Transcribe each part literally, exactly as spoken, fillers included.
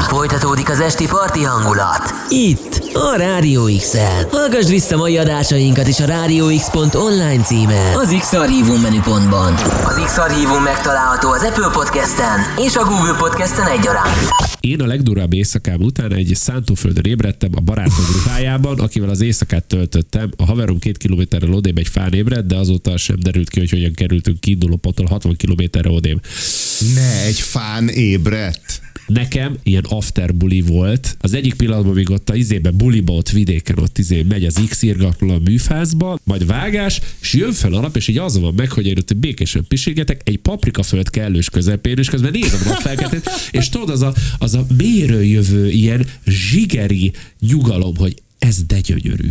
Folytatódik az esti parti hangulat. Itt, a Rádió X-en. Hallgasd vissza mai adásainkat is a rádió x pont online címen, az X-Archívum menüpontban. Az X-Archívum megtalálható az Apple Podcasten és a Google Podcasten egyaránt. Én a legdurvább éjszakám után egy szántóföldön ébredtem a barátom ruhájában, akivel az éjszakát töltöttem. A haverom két kilométerrel odébb egy fán ébredt, de azóta sem derült ki, hogy hogyan kerültünk kiinduló ponttól hatvan kilométerre odébb. Ne, egy fán ébredt. Nekem ilyen after buli volt. Az egyik pillanatban még ott a izébe, buliba, ott vidéken, ott izé megy az X-irgatlan a műfázba, majd vágás, és jön fel a nap, és így azon van meg, hogy én ott békésen pisilgetek, egy paprikaföld kellős közepén, és közben nézem a napfelkeltét, és tudod, az a, az a mélyről jövő ilyen zsigeri nyugalom, hogy ez de gyönyörű.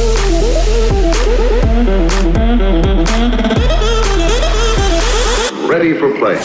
Ready for play.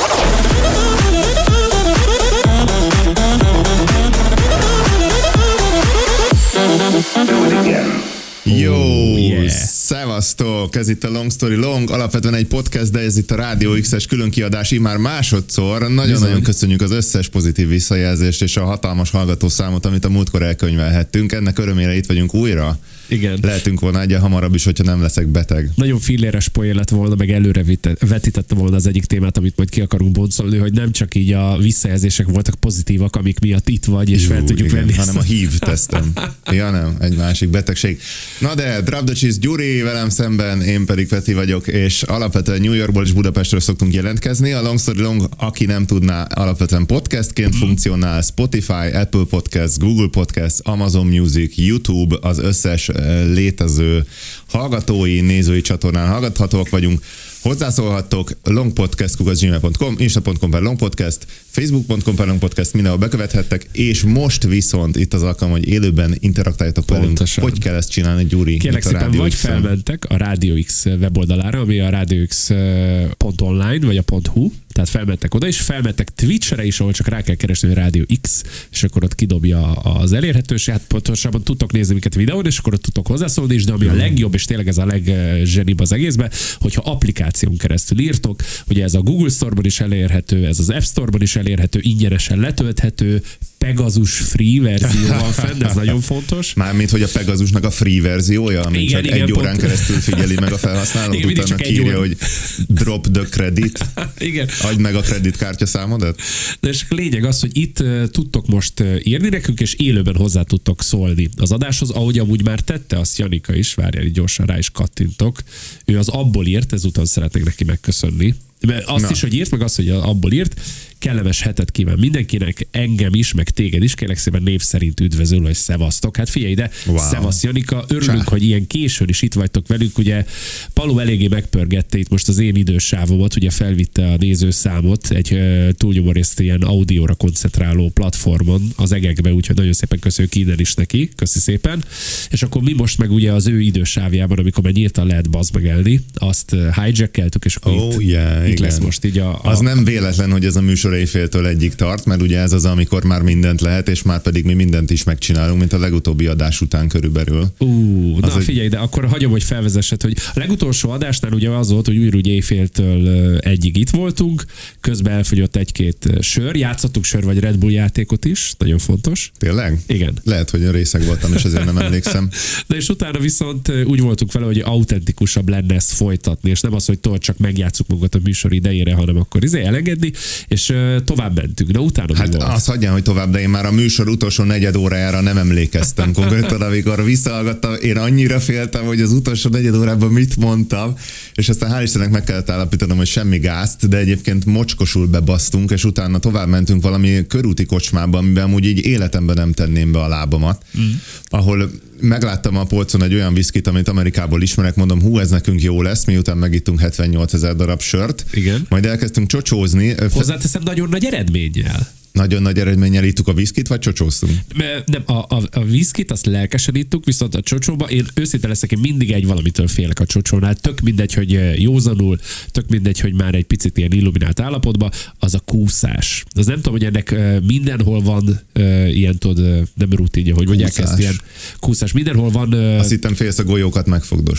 Do it again. Jó, oh, yeah. Szevasztok! Ez itt a Long Story Long, alapvetően egy podcast, de ez itt a Rádió X-es különkiadás immár másodszor. Nagyon-nagyon köszönjük az összes pozitív visszajelzést és a hatalmas hallgatószámot, amit a múltkor elkönyvelhettünk. Ennek örömére itt vagyunk újra. Igen. Lehetünk volna egyen hamarabb is, hogyha nem leszek beteg. Nagyon filléres poén lett volna, meg előre vetítette volna az egyik témát, amit majd ki akarunk boncolni, hogy nem csak így a visszajelzések voltak pozitívak, amik miatt itt vagy, és Jú, fel tudjuk igen, venni. hanem a hív tesztem. Ja nem, egy másik betegség. Na de, Drop the Cheese Gyuri velem szemben, én pedig Peti vagyok, és alapvetően New Yorkból és Budapestről szoktunk jelentkezni. A Long Story Long, aki nem tudná, alapvetően podcastként mm. funkcionál, Spotify, Apple Podcast, Google Podcast, Amazon Music, YouTube, az összes létező hallgatói, nézői csatornán hallgathatóak vagyunk. Hozzászólhattok longpodcast kukac gmail pont com, insta pont com per longpodcast, facebook pont com per longpodcast, mindenhol bekövethettek, és most viszont itt az alkalom, hogy élőben interaktáljatok velünk. Hogy kell ezt csinálni, Gyuri? Kérlek szépen, vagy felmentek a Rádió X weboldalára, ami a rádió x pont online, vagy a .hu, tehát felmentek oda, és felmentek Twitch-re is, ahol csak rá kell keresni, hogy Rádió X, és akkor ott kidobja az elérhetőség, hát pontosabban tudtok nézni minket videón, és akkor ott tudtok hozzászólni is, de ami a legjobb, és tényleg ez a legzsenibb az egészben, hogyha applikáción keresztül írtok, ugye ez a Google Store-ban is elérhető, ez az App Store-ban is elérhető, ingyenesen letölthető, Pegasus free verzió van fenn, ez nagyon fontos. Mármint, hogy a Pegasusnak a free verziója, ami igen, csak igen, egy pont... órán keresztül figyeli meg a felhasználót, igen, utána írja, hogy drop the credit, igen. Adj meg a kreditkártya számodat. De és a lényeg az, hogy itt uh, tudtok most uh, írni nekünk, és élőben hozzá tudtok szólni az adáshoz, ahogy amúgy már tette azt Janika is, várjál, így gyorsan rá is kattintok. Ő az abból írt, ezúton szeretnék neki megköszönni. Azt Na. is, hogy írt, meg azt, hogy abból írt. Kellemes hetet kíván mindenkinek, engem is, meg téged is, kérlek szépen név szerint üdvözöl, hogy szevasztok. Hát figyelj ide, wow. Szevasz Janika, örülünk, Csá. hogy ilyen későn is itt vagytok velünk. Ugye Palu eléggé megpörgette itt most az én idősávomat, ugye felvitte a nézőszámot egy uh, túlnyomorészt ilyen audióra koncentráló platformon az egekbe, úgyhogy nagyon szépen köszönjük innen is neki, köszi szépen. És akkor mi most meg ugye az ő idősávjában, amikor már nyíltan lehet bazmegelni, azt uh, hijackeltük, és akkor oh, itt, yeah, itt lesz most így a, a... Az nem véletlen, hogy ez a műsor éjféltől egyik tart, mert ugye ez az, amikor már mindent lehet, és már pedig mi mindent is megcsinálunk, mint a legutóbbi adás után körülbelül. Ú, na egy... figyelj, de akkor hagyom, hogy felvezessed, hogy a legutolsó adásnál ugye az volt, hogy újra ugye éjféltől egyig itt voltunk, közben elfogyott egy-két sör, játszottunk sör vagy Red Bull játékot is, nagyon fontos. Tényleg? Igen. Lehet, hogy részeg voltam, és ezért nem emlékszem. De és utána viszont úgy voltunk vele, hogy autentikusabb lenne ezt folytatni, és nem az, hogy tudod, csak megjátszuk magunkat a műsor idejére, hanem akkor izé elengedni, és tovább mentünk, de utána hát mi volt? azt hagyján, hogy tovább, de én már a műsor utolsó negyed órájára nem emlékeztem konkrétan, amikor visszahallgattam, én annyira féltem, hogy az utolsó negyed órában mit mondtam, és aztán hál' Istennek meg kellett állapítanom, hogy semmi gázt, de egyébként mocskosul bebasztunk, és utána tovább mentünk valami körúti kocsmába, amiben amúgy így életemben nem tenném be a lábamat, mm. ahol megláttam a polcon egy olyan viszkit, amit Amerikából ismerek, mondom, hú, ez nekünk jó lesz, miután megittunk hetvennyolc ezer darab sört. Igen. Majd elkezdtünk csocsózni. Hozzáteszem nagyon nagy eredménnyel. Nagyon nagy eredménnyel ittuk a viszkit, vagy csocsóztunk? Nem, a, a, a viszkit azt lelkesen ittuk, viszont a csocsóba, én őszinte leszek, én mindig egy valamitől félek a csocsónál. Tök mindegy, hogy józanul, tök mindegy, hogy már egy picit ilyen illuminált állapotban, az a kúszás. Az nem tudom, hogy ennek mindenhol van uh, ilyen, tudod, nem rutinja, hogy mondják ezt, ilyen kúszás. Mindenhol van... Uh, azt hittem, félsz a golyókat megfogdosni.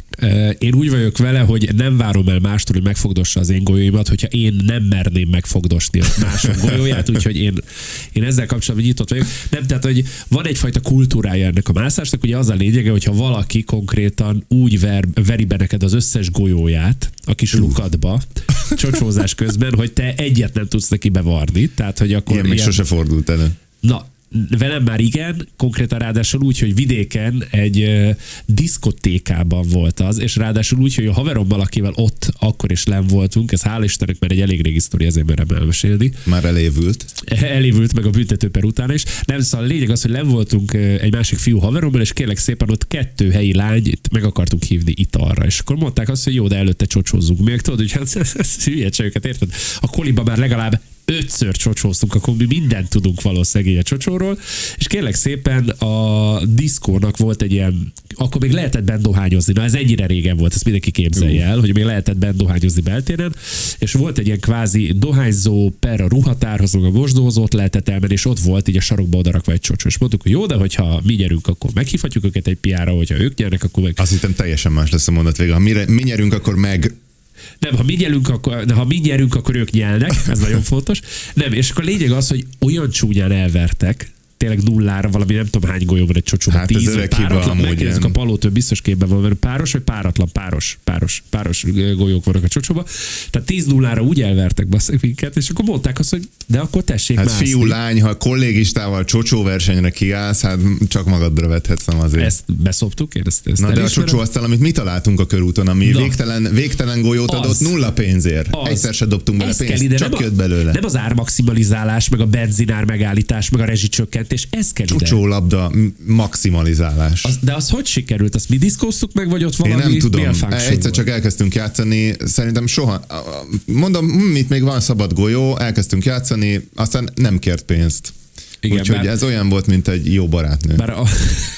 Én úgy vagyok vele, hogy nem várom el mástól, hogy megfogdossa az én golyóimat, hogyha én nem merném megfogdosni a mások golyóját, úgyhogy én, én ezzel kapcsolatban nyitott vagyok. Nem, tehát, hogy van egyfajta kultúrája ennek a mászásnak, ugye az a lényege, hogyha valaki konkrétan úgy ver, veri be neked az összes golyóját a kis lukadba, csocsózás közben, hogy te egyet nem tudsz neki bevarni. Tehát, hogy akkor ilyen, ilyen... még sose fordult elő. Na, velem már igen, konkrétan ráadásul úgy, hogy vidéken egy uh, diszkotékában volt az, és ráadásul úgy, hogy a haverommal, akivel ott akkor is lenn voltunk, ez hál' Istennek, mert egy elég régi sztori, ezért merem elmesélni. Már elévült. Elévült meg a büntetőper után is. Nem, szóval a lényeg az, hogy lenn voltunk egy másik fiú haverommal, és kérlek szépen ott kettő helyi lányt meg akartunk hívni italra. És akkor mondták azt, hogy jó, de előtte csocsózzunk még. Tudod, hogy hát ez hülyeségeket, érted? A koliba már legalább ötször csocsóztunk, akkor mi mindent tudunk valószínűleg a csocsóról, és kérlek szépen a diszkónak volt egy ilyen, akkor még lehetett bent dohányozni, na ez ennyire régen volt, ezt mindenki képzelje el, hogy még lehetett bent dohányozni beltéren, és volt egy ilyen kvázi dohányzó per a ruhatárhoz, a mosdózót lehetett elmenni, és ott volt így a sarokba odarakva egy csocsó, és mondtuk, hogy jó, de hogyha mi nyerünk, akkor meghívhatjuk őket egy piára, hogyha ők nyernek, akkor meg... Azt hittem teljesen más lesz a mondat vége. Ha mi, mi nyerünk, akkor meg... Nem, ha mi nyerünk, akkor, ha mi nyerünk, akkor ők nyelnek, ez nagyon fontos. Nem, és akkor a lényeg az, hogy olyan csúnyán elvertek, tényleg nullára valami nem tudom hány golyó van egy csocsóban. Hát tíz, ez öreg páratlan, megkérdezzük a ilyen. Palótól, biztos képben van, mert páros vagy páratlan, páros, páros, páros golyók vannak a csocsóban. Tehát tíz nullára úgy elvertek basszak minket, és akkor mondták azt, hogy de akkor tessék hát mászni. fiú, lány, ha kollégistával csocsó versenyre kiállsz, hát csak magadra vethetsz, nem azért. Ezt beszoptuk, én ezt, ezt Na de a elismerem. csocsó aztán, amit mi találtunk a körúton, ami Na. végtelen, végtelen golyót Az. adott nulla pénzért. Az. Egyszer se dobtunk bele Ez pénzt, kell ide, csak nem jött a- belőle. Nem az ármaximalizálás, meg a benzinár megállítás, meg a rezsicsökkentés, ez kell ide. Csocsólabda maximalizálás. Az, de az hogy sikerült? Azt mi diszkóztuk meg, vagy ott Én valami nem tudom. malfunction Egyszer volt? csak elkezdtünk játszani, szerintem soha. Mondom, hm, itt még van szabad golyó, elkezdtünk játszani, aztán nem kért pénzt. Igen, Úgyhogy bár- ez olyan volt, mint egy jó barátnő. Bár a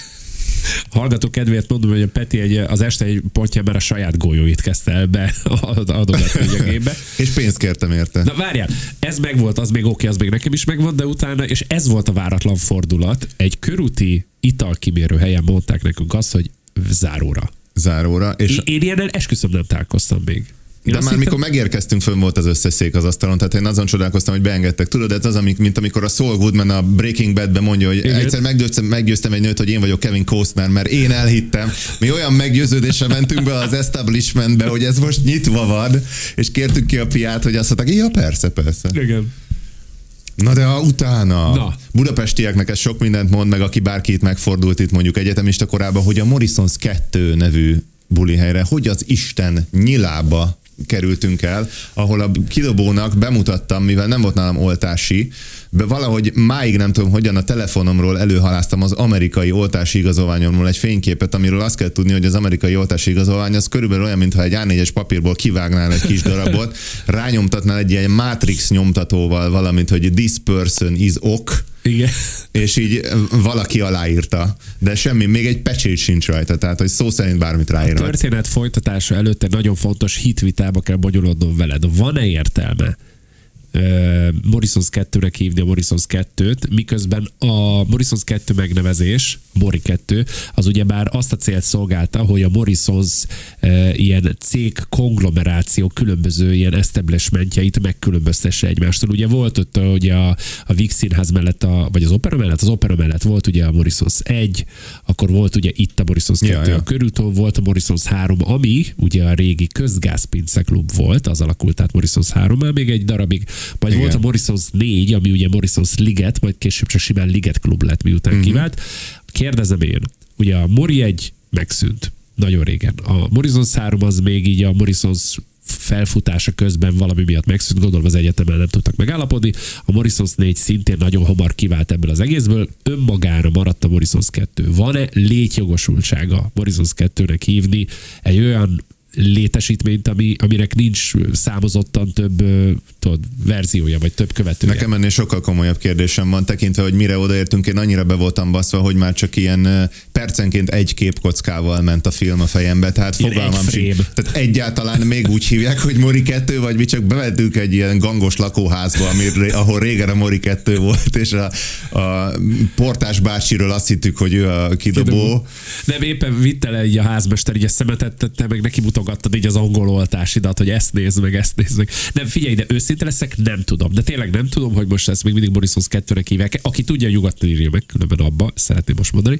hallgató kedvéért mondom, hogy a Peti egy, az este egy pontján már a saját golyóit kezdte el be adogatni a gépbe. És pénzt kértem érte. Na várjál, ez megvolt, az még oké, az még nekem is megvan, de utána, és ez volt a váratlan fordulat, egy körúti italkimérő helyen mondták nekünk azt, hogy záróra. Záróra. És Én, én ilyennel esküszöm nem találkoztam még. Én de azt már hittem- mikor megérkeztünk, fönn volt az összes szék az asztalon, tehát én azon csodálkoztam, hogy beengedtek. Tudod, ez az, amik, mint amikor a Saul Goodman a Breaking Badben mondja, hogy Igen. egyszer meggyőztem, meggyőztem egy nőt, hogy én vagyok Kevin Costner, mert én elhittem. Mi olyan meggyőződéssel mentünk be az establishmentbe, hogy ez most nyitva van, és kértük ki a piát, hogy azt mondták, ja, persze, persze. Igen. Na de a, utána, Na. budapestieknek ez sok mindent mond meg, aki bárki itt megfordult itt mondjuk egyetemista korában, hogy a Morrisons kettő nevű bulihelyre, hogy az Isten nyilába kerültünk el, ahol a kidobónak bemutattam, mivel nem volt nálam oltási, de valahogy máig nem tudom, hogyan a telefonomról előhaláztam az amerikai oltási igazolványomról egy fényképet, amiről azt kell tudni, hogy az amerikai oltási igazolvány az körülbelül olyan, mintha egy á négyes papírból kivágnál egy kis darabot, rányomtatnál egy ilyen Matrix nyomtatóval valamint, hogy this person is ok, Igen. és így valaki aláírta, de semmi, még egy pecsét sincs rajta, tehát hogy szó szerint bármit A ráírhat. történet folytatása előtte nagyon fontos hitvitába kell bonyolodnom veled. Van-e értelme uh, Morrisons kettőnek hívni a Morrisons kettőt, miközben a Morrisons kettő megnevezés, Mori kettő, az ugyebár azt a célt szolgálta, hogy a Morrisons uh, ilyen cég konglomeráció különböző ilyen establishmentjeit megkülönböztesse egymástól. Ugye volt ott ugye a, a Víg Színház mellett, a, vagy az opera mellett, az opera mellett volt ugye a Morrisons egy, akkor volt ugye itt a Morrisons kettő, Ja, ja. a körúton volt a Morrisons három, ami ugye a régi közgázpince klub volt, az alakult át Morrisons három-mal még egy darabig, majd Igen. volt a Morrisons négy, ami ugye Morrisons Liget, majd később csak simán Liget klub lett, miután uh-huh. kivált. Kérdezem én, ugye a Mori egy megszűnt nagyon régen. A Morrisons három az még így a Morrisons felfutása közben valami miatt megszűnt, gondolom az egyetemen nem tudtak megállapodni. A Morrisons négy szintén nagyon hamar kivált ebből az egészből, önmagára maradt a Morrisons kettő. Van-e létjogosultsága Morrisons kettőnek hívni egy olyan létesítményt, ami, aminek nincs számozottan több tudod, verziója, vagy több követője. Nekem ennél sokkal komolyabb kérdésem van, tekintve, hogy mire odaértünk, én annyira be voltam baszva, hogy már csak ilyen percenként egy képkockával ment a film a fejembe, tehát fogalmam sincs. Tehát egyáltalán még úgy hívják, hogy Mori kettő, vagy mi csak bevettünk egy ilyen gangos lakóházba, ami, ahol régen a Mori kettő volt, és a, a portás bácsiről azt hittük, hogy ő a kidobó. kidobó. Nem, éppen vitt el egy a házmester, így a szemetet, te meg neki mutogattad így az angol oltásidat, hogy ezt nézd meg, ezt nézd meg. Nem, figyelj, de őszinte leszek, nem tudom. De tényleg nem tudom, hogy most ezt még mindig Morrisons kettőnek hívják. Aki tudja, nyugodtan írja meg, különben abba, szeretném most mondani.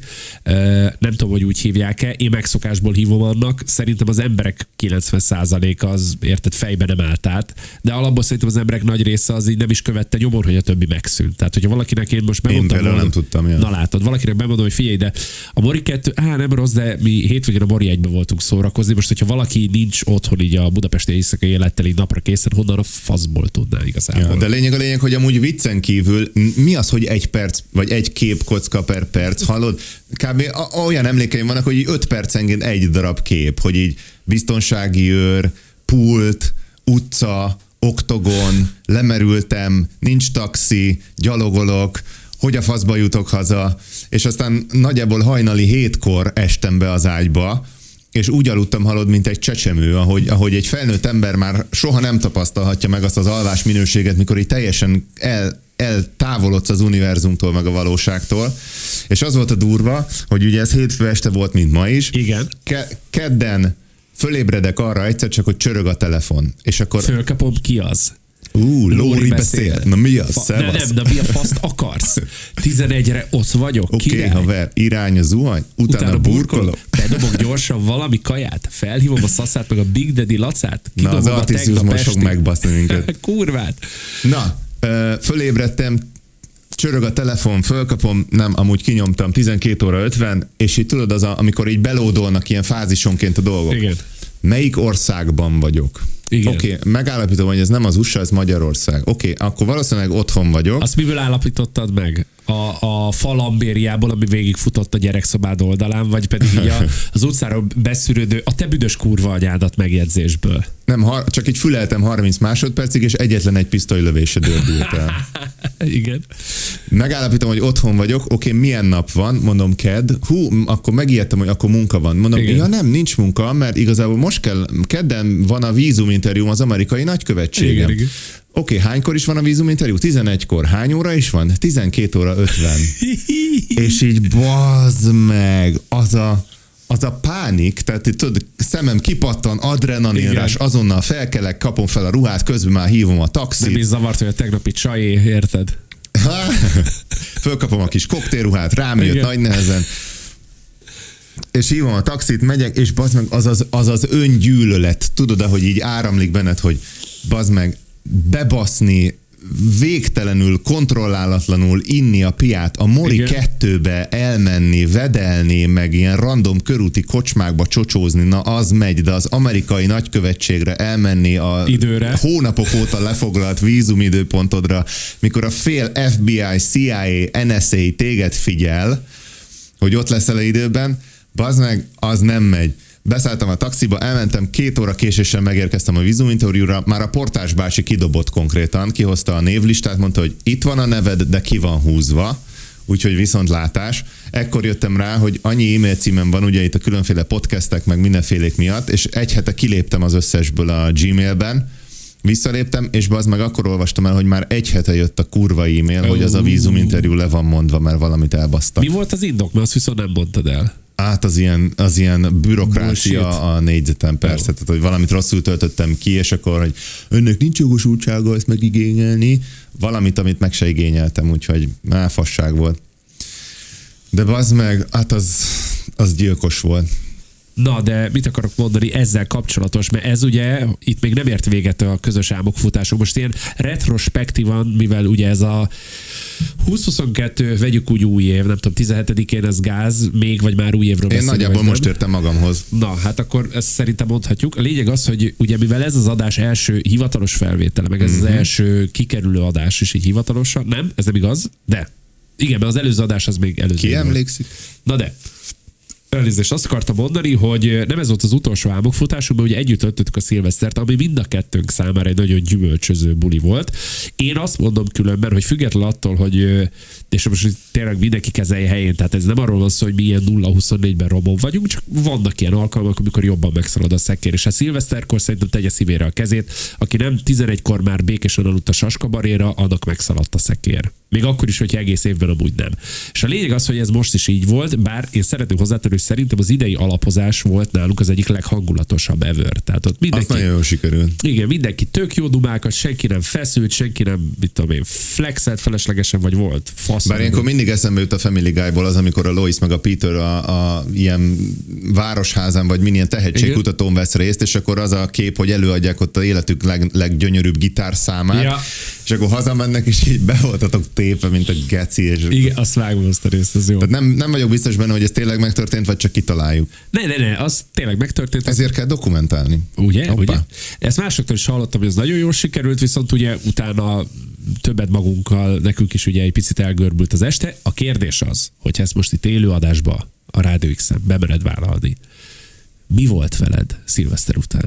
Nem tudom, hogy úgy hívják-e. Én megszokásból hívom annak. Szerintem az emberek kilencven százaléka az, érted, fejben nem állt át. De alapból szerintem az emberek nagy része az így nem is követte nyomon, hogy a többi megszűnt. Tehát, hogyha valakinek én most bemondtam, én volna, nem tudtam, ja. Na látod, valakinek bemondom, hogy figyelj, de a Mori kettő, á, nem rossz, de mi hétvégén a Mori egyben voltunk szórakozni. Most, hogyha valaki nincs otthon így a budapesti éjszakai élettel így napra készen, honnan a faszból tudná igazából. Ja, de lényeg a lényeg, hogy amúgy viccen kívül mi az, hogy egy perc, vagy egy képkocka per perc, hallod? Kb. Olyan emlékeim vannak, hogy öt percenként egy darab kép, hogy így biztonsági őr, pult, utca, oktogon, lemerültem, nincs taxi, gyalogolok, hogy a faszba jutok haza, és aztán nagyjából hajnali hétkor estem be az ágyba, és úgy aludtam, hallod, mint egy csecsemő, ahogy, ahogy egy felnőtt ember már soha nem tapasztalhatja meg azt az alvás minőséget, mikor így teljesen el, eltávolodsz az univerzumtól, meg a valóságtól. És az volt a durva, hogy ugye ez hétfő este volt, mint ma is. Igen. Ke- kedden fölébredek arra egyszer csak, hogy csörög a telefon. És akkor... Fölkapom, ki az? Ú, Lóri beszél. beszél. Na mi az? Fa- nem, nem, de mi a faszt akarsz? tizenegyre ott vagyok, Oké, okay, haver, irány a zuhany, utána, utána burkolok. Bedobok gyorsan valami kaját, felhívom a Szaszát, meg a Big Daddy Lacát, na, az Artisius most fog megbaszni minket. Kurvát. Na, fölébredtem, csörög a telefon, fölkapom, nem, amúgy kinyomtam, tizenkét óra ötven, és így tudod, az a, amikor így belódolnak ilyen fázisonként a dolgok. Igen. Melyik országban vagyok? Oké, okay, megállapítom, hogy ez nem az u es á, ez Magyarország. Oké, okay, akkor valószínűleg otthon vagyok. Azt miből állapítottad meg? A, a falambériából, ami végigfutott a gyerekszobád oldalán, vagy pedig így a, az utcáról beszűrődő, a te büdös kurva anyádat megjegyzésből? Nem, har- csak így füleltem harminc másodpercig, és egyetlen egy pisztolylövése dördült el. Igen. Megállapítom, hogy otthon vagyok, oké, okay, milyen nap van, mondom kedd, hú, akkor megijedtem, hogy akkor munka van. Mondom, igen. Ja nem, nincs munka, mert igazából most kell, kedden van a vízuminterjúm az amerikai nagykövetségem. Oké, okay, hánykor is van a vízuminterjú? tizenegykor. Hány óra is van? tizenkét óra ötven. És így bazd meg, az a, az a pánik, tehát tudod, szemem kipattan, adrenalinrás, azonnal felkelek, kapom fel a ruhát, közben már hívom a taxit. Nem is zavart, hogy a tegnapi csajé, érted? Fölkapom a kis koktélruhát, rám jött nagy nehezen. És hívom a taxit, megyek, és bazd meg, az az, az az öngyűlölet, tudod, ahogy így áramlik benned, hogy bazd meg, bebaszni, végtelenül, kontrollálatlanul inni a piát, a Mori igen. kettőbe elmenni, vedelni, meg ilyen random körúti kocsmákba csocsózni, na az megy, de az amerikai nagykövetségre elmenni a időre. Hónapok óta lefoglalt vízumidőpontodra, mikor a fél ef bé i, cé i á, en es á téged figyel, hogy ott leszel időben, bazd meg, az nem megy. Beszálltam a taxiba, elmentem, két óra késéssel megérkeztem a vízuminterjúra, már a portás bácsi kidobott konkrétan, kihozta a névlistát, mondta, hogy itt van a neved, de ki van húzva, úgyhogy viszontlátás. Ekkor jöttem rá, hogy annyi e-mail címem van, ugye itt a különféle podcastek, meg mindenfélék miatt, és egy hete kiléptem az összesből a Gmailben, visszaléptem, és bazd meg akkor olvastam el, hogy már egy hete jött a kurva e-mail, hogy az a vízuminterjú le van mondva, mert valamit elbasztak. Mi volt az indok? Mert azt viszont nem mondtad el. Hát az ilyen, az ilyen bürokrácia bullshit. A négyzetem, persze. Oh. Tehát, hogy valamit rosszul töltöttem ki, és akkor, hogy önnek nincs jogosultsága ezt megigényelni. Valamit, amit meg se igényeltem, úgyhogy á, fasság volt. De bazd meg, hát az, az gyilkos volt. Na, de mit akarok mondani ezzel kapcsolatos, mert ez ugye, itt még nem ért véget a közös álmokfutások. Most ilyen retrospektívan, mivel ugye ez a húsz huszonkettő, vegyük úgy új év, nem tudom, tizenhetedikén ez gáz, még vagy már új évről Én beszélünk. Én nagyjából most értem magamhoz. Na, hát akkor ezt szerintem mondhatjuk. A lényeg az, hogy ugye mivel ez az adás első hivatalos felvétele, meg ez mm-hmm. az első kikerülő adás is így hivatalosan, nem? Ez nem igaz? De. Igen, mert az előző adás az még előző. Ki emlékszik? Na de. Elnézést, azt akartam mondani, hogy nem ez volt az utolsó álmokfutásunk, mert ugye együtt töltöttük a szilvesztert, ami mind a kettőnk számára egy nagyon gyümölcsöző buli volt. Én azt mondom különben, hogy független attól, hogy és most tényleg mindenki kezelje helyén, tehát ez nem arról van szó, hogy mi ilyen nulla huszonnégyben romon vagyunk, csak vannak ilyen alkalmak, amikor jobban megszalad a szekér, és a szilveszterkor szerintem tegye szívére a kezét, aki nem tizenegykor már békésen aludt a saskabaréra, annak megszaladt a szekér. Még akkor is, hogy egész évben amúgy nem. És a lényeg az, hogy ez most is így volt, bár én szeretném hozzátenni, hogy szerintem az idei alapozás volt nálunk az egyik leghangulatosabb ever. Tehát ott mindenki, azt nagyon jól sikerült. Igen, mindenki tök jó dumákat, senki nem feszült, senki nem, mit tudom én, flexelt feleslegesen, vagy volt. Fasz. Bár ilyenkor mindig eszembe jut a Family Guy-ból az, amikor a Lois meg a Peter a, a ilyen városházán, vagy milyen tehetségkutatón vesz részt, és akkor az a kép, hogy előadják ott a életük leg, leggyönyörűbb gitárszámát, ja. És akkor hazamennek, és így be voltatok tépve, mint a geci. És... Igen, azt vágom azt a részt, az jó. Tehát nem, nem vagyok biztos benne, hogy ez tényleg megtörtént, vagy csak kitaláljuk. Ne, ne, ne, az tényleg megtörtént. Ezért kell dokumentálni. Ugye? Hoppá. Ugye? Ezt másoktól is hallottam, hogy ez nagyon jól sikerült, viszont ugye utána többet magunkkal, nekünk is ugye egy picit elgörbült az este. A kérdés az, hogy ezt most itt élőadásba a Rádió X-en bemered vállalni. Mi volt veled szilveszter után?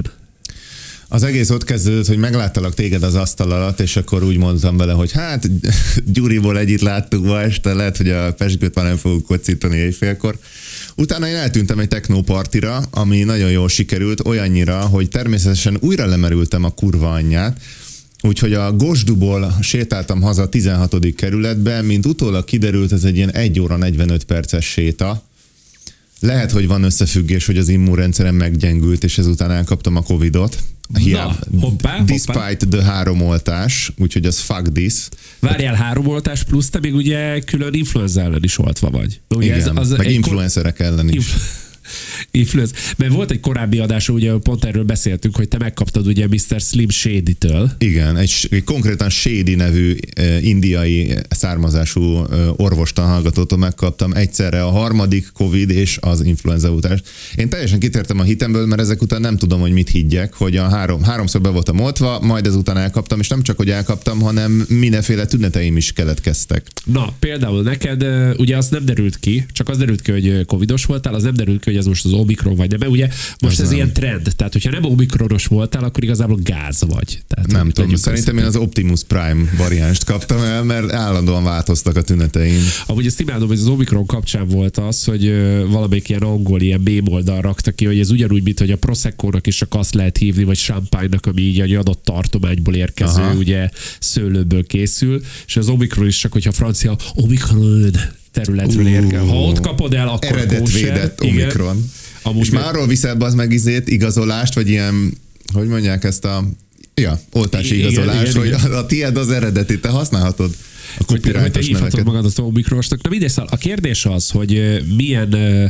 Az egész ott kezdődött, hogy megláttalak téged az asztal alatt, és akkor úgy mondtam vele, hogy hát Gyuriból együtt láttuk ma este, lehet, hogy a pezsgőt már nem fogunk kocintani éjfélkor. Utána én eltűntem egy technópartira, ami nagyon jól sikerült, olyannyira, hogy természetesen újra lemerültem a kurva anyját, úgyhogy a Gosduból sétáltam haza a tizenhatodik kerületbe, mint utólag kiderült, ez egy ilyen egy óra negyvenöt perces séta. Lehet, hogy van összefüggés, hogy az immunrendszerem meggyengült, és ezután elkaptam a Covidot. Hiába, Na, hoppá, hoppá. Despite the három oltás, úgyhogy az fuck this. Várjál, három oltás plusz, te még ugye külön influenza ellen is oltva vagy. Ugye igen, ez, az meg egy influencerek ellen is. Inf- Influence. Mert volt egy korábbi adás, ugye pont erről beszéltünk, hogy te megkaptad ugye miszter Slim Shady-től. Igen, egy, egy konkrétan Shady nevű eh, indiai származású eh, orvostan hallgatótól megkaptam egyszerre a harmadik Covid és az influenza után. Én teljesen kitértem a hitemből, mert ezek után nem tudom, hogy mit higgyek, hogy a három, háromszor be voltam oltva, majd ezután elkaptam, és nem csak, hogy elkaptam, hanem mindenféle tüneteim is keletkeztek. Na, például neked ugye az nem derült ki, csak az derült ki, hogy covidos voltál, az nem derült ki, hogy ez most az Omikron vagy, de mert ugye most ez, ez ilyen trend, tehát hogyha nem Omikronos voltál, akkor igazából gáz vagy. Tehát, nem tudom, szerintem én az az Optimus Prime variánst kaptam el, mert állandóan változtak a tüneteim. Amúgy ezt imádom, hogy az Omikron kapcsán volt az, hogy valamelyik ilyen angol, ilyen mém oldal rakta ki, hogy ez ugyanúgy, mint hogy a Prosecco-nak is csak azt lehet hívni, vagy champagne-nak, ami így egy adott tartományból érkező, aha, ugye szőlőből készül, és az Omikron is csak, hogyha francia Omikron területről érkezik. Ha ott kapod el, akkor eredetvédett Omikron. Amúgy és már arról viszel be az megizét, igazolást, vagy ilyen, hogy mondják ezt a ja, oltási igen, igazolást, igen, hogy igen. A, a tiéd az eredeti, te használhatod a copyrightos neveket. Magad az Omikronosnak. Na mindegy, a kérdés az, hogy milyen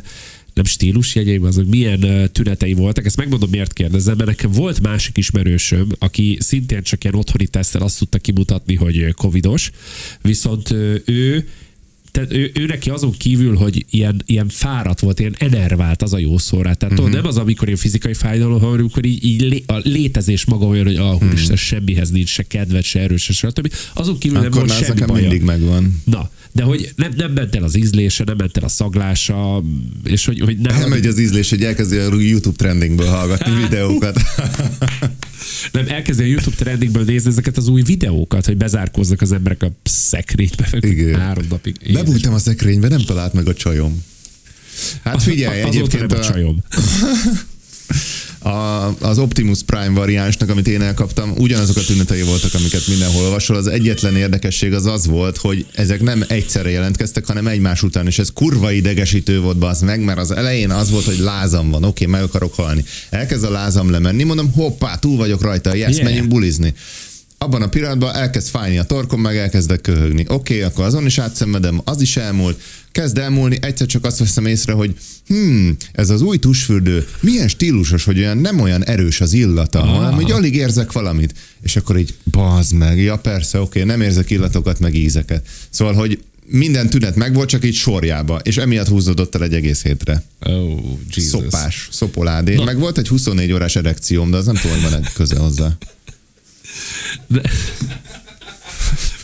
nem stílusjegyeim, azok milyen tünetei voltak. Ezt megmondom, miért kérdezem, mert nekem volt másik ismerősöm, aki szintén csak ilyen otthoni tesztel azt tudta kimutatni, hogy covidos, viszont ő tehát ő, ő neki azon kívül, hogy ilyen, ilyen fáradt volt, ilyen enervált, az a jó szó rá. Tehát uh-huh. nem az, amikor ilyen fizikai fájdalom, hanem amikor így, így lé, a létezés maga olyan, hogy ah, úristen, uh-huh. semmihez nincs, se kedved, se erős, se stb. Azon kívül akkor nem volt semmi baja. mindig megvan. Na, de hogy nem, nem ment el az ízlése, nem ment el a szaglása, és hogy, hogy nem megy az ízlés, hogy elkezdi a YouTube trendingből hallgatni videókat. Nem, elkezdi a YouTube trendingből nézni ezeket az új videókat, hogy bezárkóznak az emberek a szekrénybe. Igen. Három napig. Bebújtam a szekrénybe, nem talált meg a csajom. Hát figyelj, a, egyébként a, a csajom. A, az Optimus Prime variánsnak, amit én elkaptam, ugyanazok a tünetei voltak, amiket mindenhol olvasol. Az egyetlen érdekesség az az volt, hogy ezek nem egyszerre jelentkeztek, hanem egymás után, és ez kurva idegesítő volt, bazd meg, mert az elején az volt, hogy lázam van, oké, meg akarok halni. Elkezd a lázam lemenni, mondom, hoppá, túl vagyok rajta, yes, yeah. menjünk bulizni. Abban a pillanatban elkezd fájni a torkom, meg elkezdek köhögni. Oké, okay, akkor azon is átszenvedem, az is elmúlt. Kezd elmúlni, egyszer csak azt veszem észre, hogy hmm, ez az új tusfürdő milyen stílusos, hogy olyan nem olyan erős az illata, ah. hanem hogy alig érzek valamit. És akkor így, bazd meg, ja persze, oké, okay, nem érzek illatokat, meg ízeket. Szóval, hogy minden tünet megvolt, csak így sorjába, és emiatt húzódott el egy egész hétre. Oh, Jesus. Szopás, szopoládé. Meg volt egy huszonnégy órás erekcióm, de az nem tudom, hogy van egy köze hozzá. De...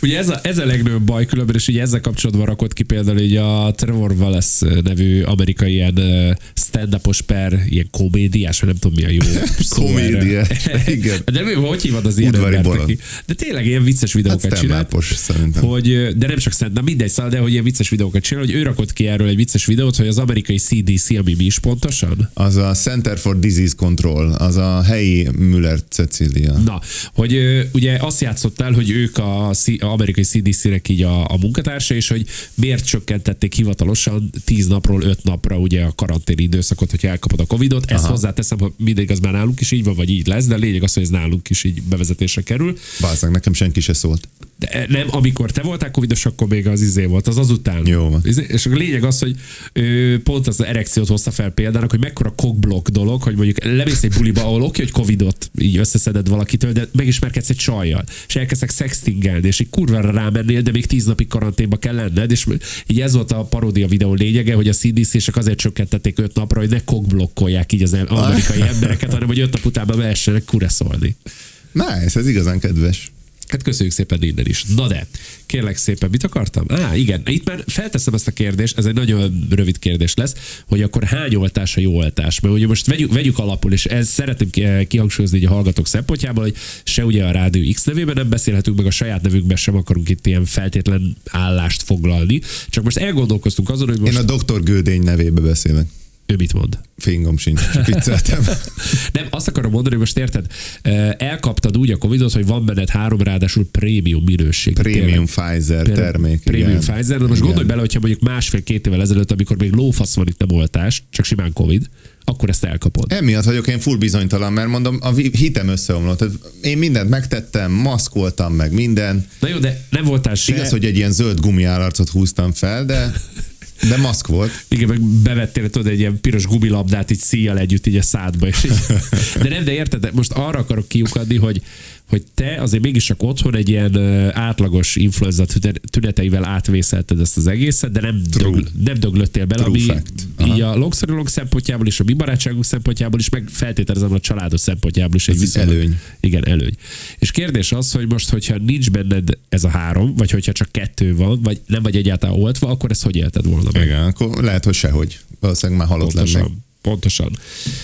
Ugye ez a, ez a legnagyobb baj különben, és ugye ezzel kapcsolatban rakott ki például így a Trevor Wallace nevű amerikai ilyen stand-upos per, ilyen komédiás, vagy nem tudom mi a jó szó. Komédia. Igen. De mi, hogy hívad az ilyen Udvari embert, bolond. aki? De tényleg ilyen vicces videókat Hát csinált. stand-upos, szerintem. Hogy, de nem csak stand, de mindegy szál, de hogy ilyen vicces videókat csinál, hogy ő rakott ki erről egy vicces videót, hogy az amerikai cé dé cé, ami mi is pontosan? Az a Center for Disease Control, az a helyi Müller Cecília. Na, hogy ö, ugye azt játszottál, hogy ők a, a amerikai cé dé cé-nek így a, a munkatársa, és hogy miért csökkentették hivatalosan tíz napról öt napra ugye a karanténi időszakot, hogyha elkapod a Covidot. Ezt hozzáteszem, hogy mindig az már nálunk is így van, vagy így lesz, de a lényeg az, hogy ez nálunk is így bevezetésre kerül. Bázzag, nekem senki se szólt. De nem, amikor te voltál covidos, akkor még az izé volt, az azután. Jó van. És a lényeg az, hogy ö, pont az erekciót hozta fel példának, hogy mekkora cockblock dolog, hogy mondjuk lemész egy buliba, ahol oké, hogy covidot így összeszeded valakitől, de megismerkedsz egy csajjal, és elkezdtek sextingelni, és egy kurvára rámennél, de még tíz napig karanténba kell lenned, és így ez volt a paródia videó lényege, hogy a cé dé cé-sek azért csökkentették öt napra, hogy ne cockblockolják így az amerikai embereket, hanem hogy öt nap után mehessenek kureszolni. Nice, ez igazán kedves. Hát köszönjük szépen innen is. Na de, kérlek szépen, mit akartam? Á, igen, itt már felteszem ezt a kérdést, ez egy nagyon rövid kérdés lesz, hogy akkor hány oltás a jó oltás? Mert ugye most vegyük, vegyük alapul, és ez szeretném kihangsúlyozni így a hallgatók szempontjából, hogy se ugye a Rádió X nevében nem beszélhetünk, meg a saját nevünkben sem akarunk itt ilyen feltétlen állást foglalni. Csak most elgondolkoztunk azon, hogy most... Én a doktor Gödény nevébe beszélek. Ő mit mond? Fingom sincs, csak vicceltem. Nem, azt akarom mondani, hogy most érted, elkaptad úgy a Covidot, hogy van benned három, ráadásul prémium minőség. Prémium Tényleg. Pfizer termék. Prémium igen. Pfizer. Na most Igen. gondolj bele, hogyha mondjuk másfél-két évvel ezelőtt, amikor még lófasz van itt nem oltás, csak simán Covid, akkor ezt elkapod. Emiatt vagyok én full bizonytalan, mert mondom, a hitem összeomlott. Én mindent megtettem, maszkoltam meg minden. Na jó, de nem voltál se... Igaz, hogy egy ilyen zöld gumiállarcot húztam fel, de... De maszk volt. Igen, meg bevettél, tudod, egy ilyen piros gumilabdát így szíjjal együtt így a szádba. És így. De nem, de érted, most arra akarok kiukadni, hogy, hogy te azért mégis csak otthon egy ilyen átlagos influenza tüneteivel átvészelted ezt az egészet, de nem, dög, nem döglöttél bele, True ami fact. így a Longstory Long szempontjából is, a mi barátságunk szempontjából is, meg feltételezem a családos szempontjából is egy Ez viszonylag- előny. Igen, előny. És kérdés az, hogy most, hogyha nincs benned ez a három, vagy hogyha csak kettő van, vagy nem vagy egyáltalán oltva, akkor ezt hogy élted volna meg? Igen, akkor lehet, hogy sehogy. Valószínűleg már halott lennék. Pontosan, pontosan.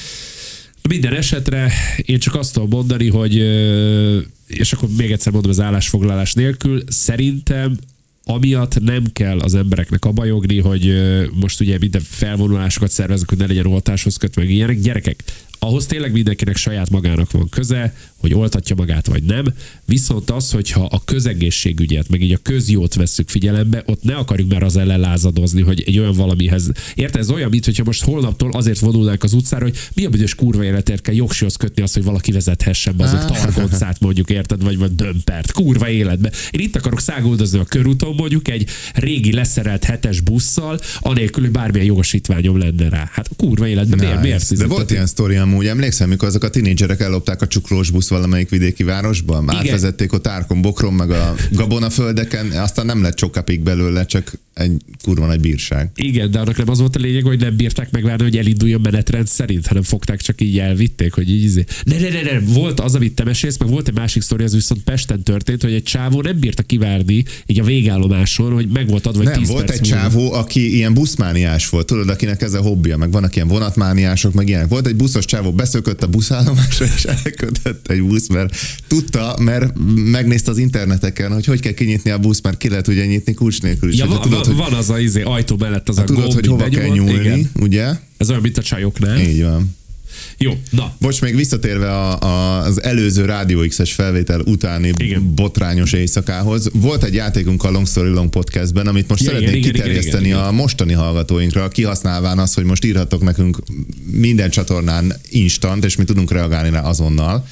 Minden esetre én csak azt tudom mondani, hogy, és akkor még egyszer mondom az állásfoglalás nélkül, szerintem amiatt nem kell az embereknek abajogni, hogy most ugye minden felvonulásokat szerveznek, hogy ne legyen oltáshoz kötve, meg ilyenek. Gyerekek, ahhoz tényleg mindenkinek saját magának van köze, hogy oltatja magát vagy nem, viszont az, hogyha a közegészségügyet, meg így a közjót vesszük figyelembe, ott ne akarjuk már az ellen lázadozni, hogy egy olyan valamihez. Érted, ez olyan, mint hogyha most holnaptól azért vonulnánk az utcára, hogy mi a büdös kurva életért kell jogsihoz kötni azt, hogy valaki vezethessen be azok targoncát mondjuk, érted, vagy, vagy dömpert, kurva életbe. Én itt akarok száguldozni a körúton mondjuk egy régi leszerelt hetes busszal, anélkül, hogy bármilyen jogosítványom lenne rá. Hát kurva életben miért, miért De volt ilyen sztori amúgy, emlékszem, mikor azok a tinédzserek ellopták a csuklós busz valamelyik vidéki városban, Igen. átvezették ott Árkon, Bokron, meg a gabonaföldeken, aztán nem lett csokapig belőle, csak egy kurva nagy bírság. Igen, de annak nem az volt a lényeg, hogy nem bírták megvárni, hogy elinduljon menetrend szerint, hanem fogták, csak így elvitték, hogy így izé. Ne, ne, ne, ne, volt az, amit te mesélsz, meg volt egy másik sztori, az viszont Pesten történt, hogy egy csávó nem bírta kivárni így a végállomáson, hogy meg volt adva, hogy Nem, tíz volt perc egy múlva. csávó, aki ilyen buszmániás volt, tudod, akinek ez a hobbija, meg vannak ilyen vonatmániások, meg ilyenek. Volt egy buszos csávó, beszökött a buszállomásra, és elkötött egy busz, mert tudta, mert megnézte az interneteken, hogy hogy kell kinyitni a busz, mert ki lehet ugye nyitni kulcs nélkül is. Ja, Hogyha van, tudod, van, hogy, van az a izé, ajtó mellett az a tudod, gomb, hogy hova így kell benyomod. nyúlni, Igen. ugye? Ez olyan, mint a csajoknál. Így van. Jó, na. Bocs, még visszatérve a, a, az előző Rádió X-es felvétel utáni Igen. botrányos éjszakához. Volt egy játékunk a Long Story Long podcastben, amit most Ja, szeretnék igen, igen, kiterjeszteni igen, igen, a mostani hallgatóinkra, kihasználván azt, hogy most írhatok nekünk minden csatornán instant, és mi tudunk reagálni rá azonnal.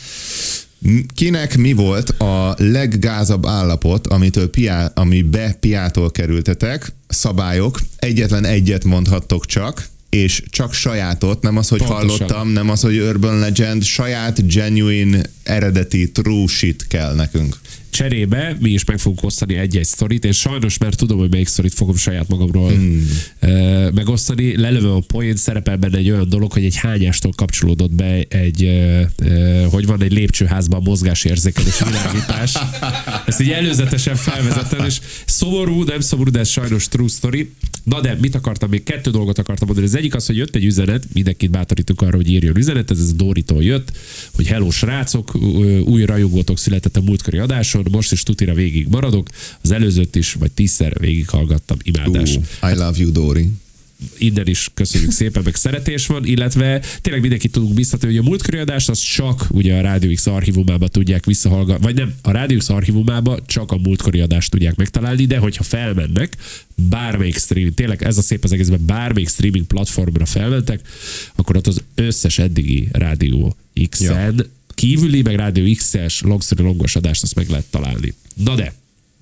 Kinek mi volt a leggázabb állapot, amitől piá, amibe piától kerültetek? Szabályok, egyetlen egyet mondhattok csak, és csak sajátot, nem az, hogy Pontosan. hallottam, nem az, hogy urban legend, saját, genuine, eredeti, true shit kell nekünk. Cserébe mi is meg fogunk osztani egy-egy sztorit, és sajnos már tudom, hogy melyik sztorit fogom saját magamról hmm. meg megosztani, lelövöm a poént, szerepel benne egy olyan dolog, hogy egy hányástól kapcsolódott be egy, ö, ö, hogy van egy lépcsőházban mozgásérzékelés világítás. Ezt így előzetesen felvezettem, és szomorú, nem szomorú, de ez sajnos true story. Na de mit akartam még? Kettő dolgot akartam mondani. Az egyik az, hogy jött egy üzenet, mindenkit bátorítunk arra, hogy írjon üzenet, ez, ez Doritól jött, hogy hello srácok, új rajongótok született a múltkori adáson, most is tutira végig maradok, az előzőt is, vagy tízszer végig hallgattam, imádás. Uh, I love you, Dori. Innen is köszönjük szépen, meg szeretés van, illetve tényleg mindenkit tudunk biztatni, hogy a múltkori adást az csak ugye a Rádió X archívumába tudják visszahallgatni, vagy nem, a Rádió X archívumába csak a múltkori adást tudják megtalálni, de hogyha felmennek, bármelyik streaming, tényleg ez a szép az egészben, bármelyik streaming platformra felmentek, akkor ott az összes eddigi Rádió X-en ja. kívüli, meg Rádió X-es Longstory Longos adást azt meg lehet találni. Na de,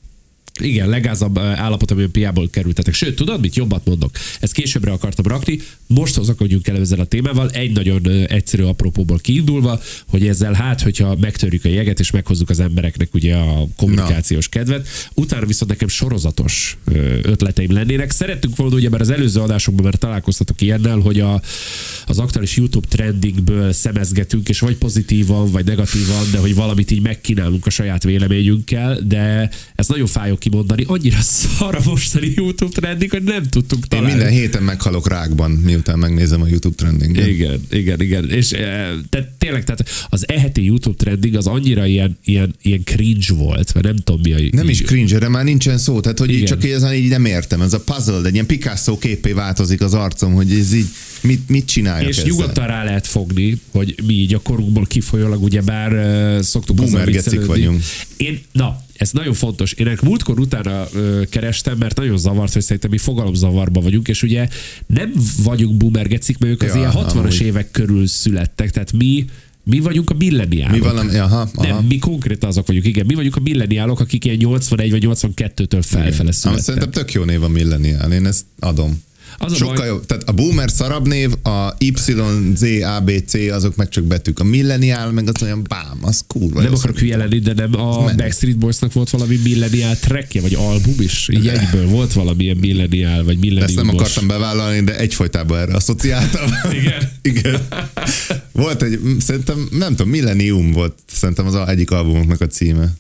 igen, legázabb állapot, amiben piából kerültetek. Sőt, tudod mit? Jobbat mondok. Ezt későbbre akartam rakni. Most hozakodjunk el ezzel a témával. Egy nagyon egyszerű apropóból kiindulva, hogy ezzel hát, hogyha megtörjük a jeget, és meghozzuk az embereknek ugye a kommunikációs Na. kedvet. Utána viszont nekem sorozatos ötleteim lennének. Szerettünk volna, ugye, mert az előző adásokban már találkoztatok ilyennel, hogy a, az aktuális YouTube trendingből szemezgetünk, és vagy pozitívan, vagy negatívan, de hogy valamit így megkínálunk a saját véleményünkkel, de ez nagyon fájó kimondani, annyira szar a mostani YouTube trending, hogy nem tudtunk találni. Én minden héten meghalok rákban, miután megnézem a YouTube trendinget. Igen, igen, igen. És te, tényleg, tehát az eheti YouTube trending az annyira ilyen, ilyen, ilyen cringe volt, vagy nem tudom mi a... Nem is cringe, erre már nincsen szó, tehát hogy így csak ezen így nem értem. Ez a puzzle, de egy ilyen Picasso képé változik az arcom, hogy ez így mit, mit csináljak és ezzel? nyugodtan rá lehet fogni, hogy mi így a korunkból kifolyólag ugyebár uh, szoktuk boomergecik vagyunk. Én, na, ez nagyon fontos. Én ennek múltkor utána ö, kerestem, mert nagyon zavart, hogy szerintem mi fogalomzavarban vagyunk, és ugye nem vagyunk boomergecik, mert ők az ja, ilyen hatvanas amúgy. évek körül születtek, tehát mi Mi vagyunk a milleniálok. Mi valami, aha, aha. Nem, mi konkrétan azok vagyunk, igen. Mi vagyunk a milleniálok, akik ilyen nyolcvanegy vagy nyolcvankettőtől felfele születtek. Szerintem tök jó név a milleniál, én ezt adom. Az Sokkal baj... jobb. Tehát a boomer szarabb név, a Y, Z, A, B, C, azok meg csak betűk. A milleniál meg az olyan bám, az kurva. Nem akarok hülye lenni, de nem a Backstreet Boysnak volt valami milleniál trackje, vagy album is? Így egyből volt valamilyen milleniál, vagy millenium. Ezt nem akartam bevállalni, de egyfolytában erre asszociáltam. Igen? Igen. Volt egy, szerintem, nem tudom, Millennium volt szerintem az egyik albumoknak a címe.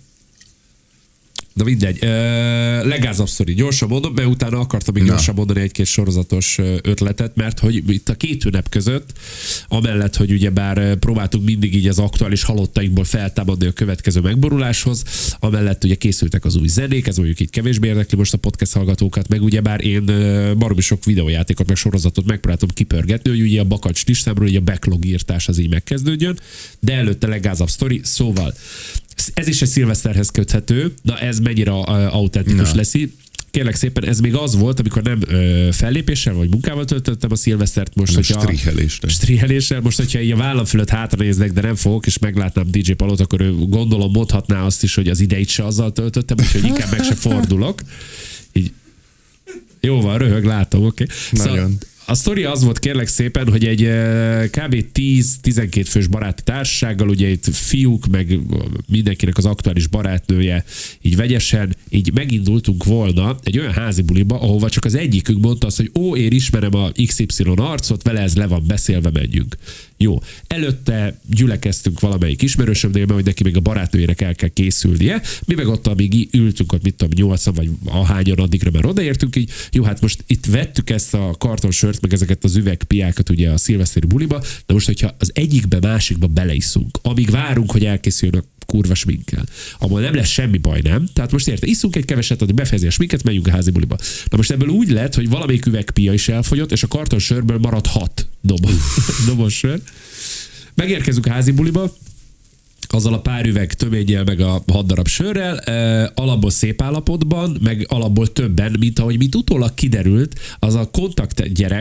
Na mindegy. Uh, legázabb sztori. Gyorsan mondom, mert utána akartam még gyorsan mondani egy-két sorozatos ötletet, mert hogy itt a két ünnep között, amellett, hogy ugyebár próbáltunk mindig így az aktuális halottainkból feltámadni a következő megboruláshoz, amellett ugye készültek az új zenék, ez mondjuk így kevésbé érdekli most a podcast hallgatókat, meg ugyebár én baromi sok videójátékot, meg sorozatot megpróbáltam kipörgetni, hogy ugye a bakacs listámról ugye a backlog írtás az így megkezdődjön, de előtte legázabb sztori, szóval ez is egy szilveszterhez köthető, na ez mennyire autentikus na. lesz. Kérlek szépen, ez még az volt, amikor nem ö, fellépéssel vagy munkával töltöttem a szilvesztert, most, hogyha... Striheléssel. Striheléssel. Most, hogyha így a vállam fölött hátra néznek, de nem fogok, és meglátnám dé dzsé Palót, akkor ő gondolom mondhatná azt is, hogy az ideit se azzal töltöttem, úgyhogy inkább meg se fordulok. Így. Jó van, röhög, látom, oké. Okay. Szóval, a sztori az volt, kérlek szépen, hogy egy kb. tíz-tizenkét fős baráti társasággal, ugye itt fiúk, meg mindenkinek az aktuális barátnője, így vegyesen, így megindultunk volna egy olyan házi buliba, ahova csak az egyikünk mondta azt, hogy ó, én ismerem a iksz ipszilon arcot, vele ez le van beszélve, menjünk. Jó. Előtte gyülekeztünk valamelyik ismerősömnél, mert hogy neki még a barátnőjének el kell készülnie. Mi meg ott, amíg ültünk ott, mit tudom, nyolcan vagy ahányan, addigra már odaértünk, így jó, hát most itt vettük ezt a kartonsört, meg ezeket az üvegpiákat ugye a szilveszteri buliba, de most, hogyha az egyikbe, másikba beleiszunk, amíg várunk, hogy elkészüljön a kurva sminkkel, ahol nem lesz semmi baj, nem? Tehát most érte, iszunk egy keveset, addig befejezi a sminket, menjünk a házi buliba. Na most ebből úgy lett, hogy valamelyik üvegpia is elfogyott, és a kartonsörből maradt hat dobos sör. Megérkezünk a házi buliba, azzal a pár üveg töményel, meg a hat darab sörrel, e, alapból szép állapotban, meg alapból többen, mint ahogy mint utólag kiderült, az a kontakt gyerek,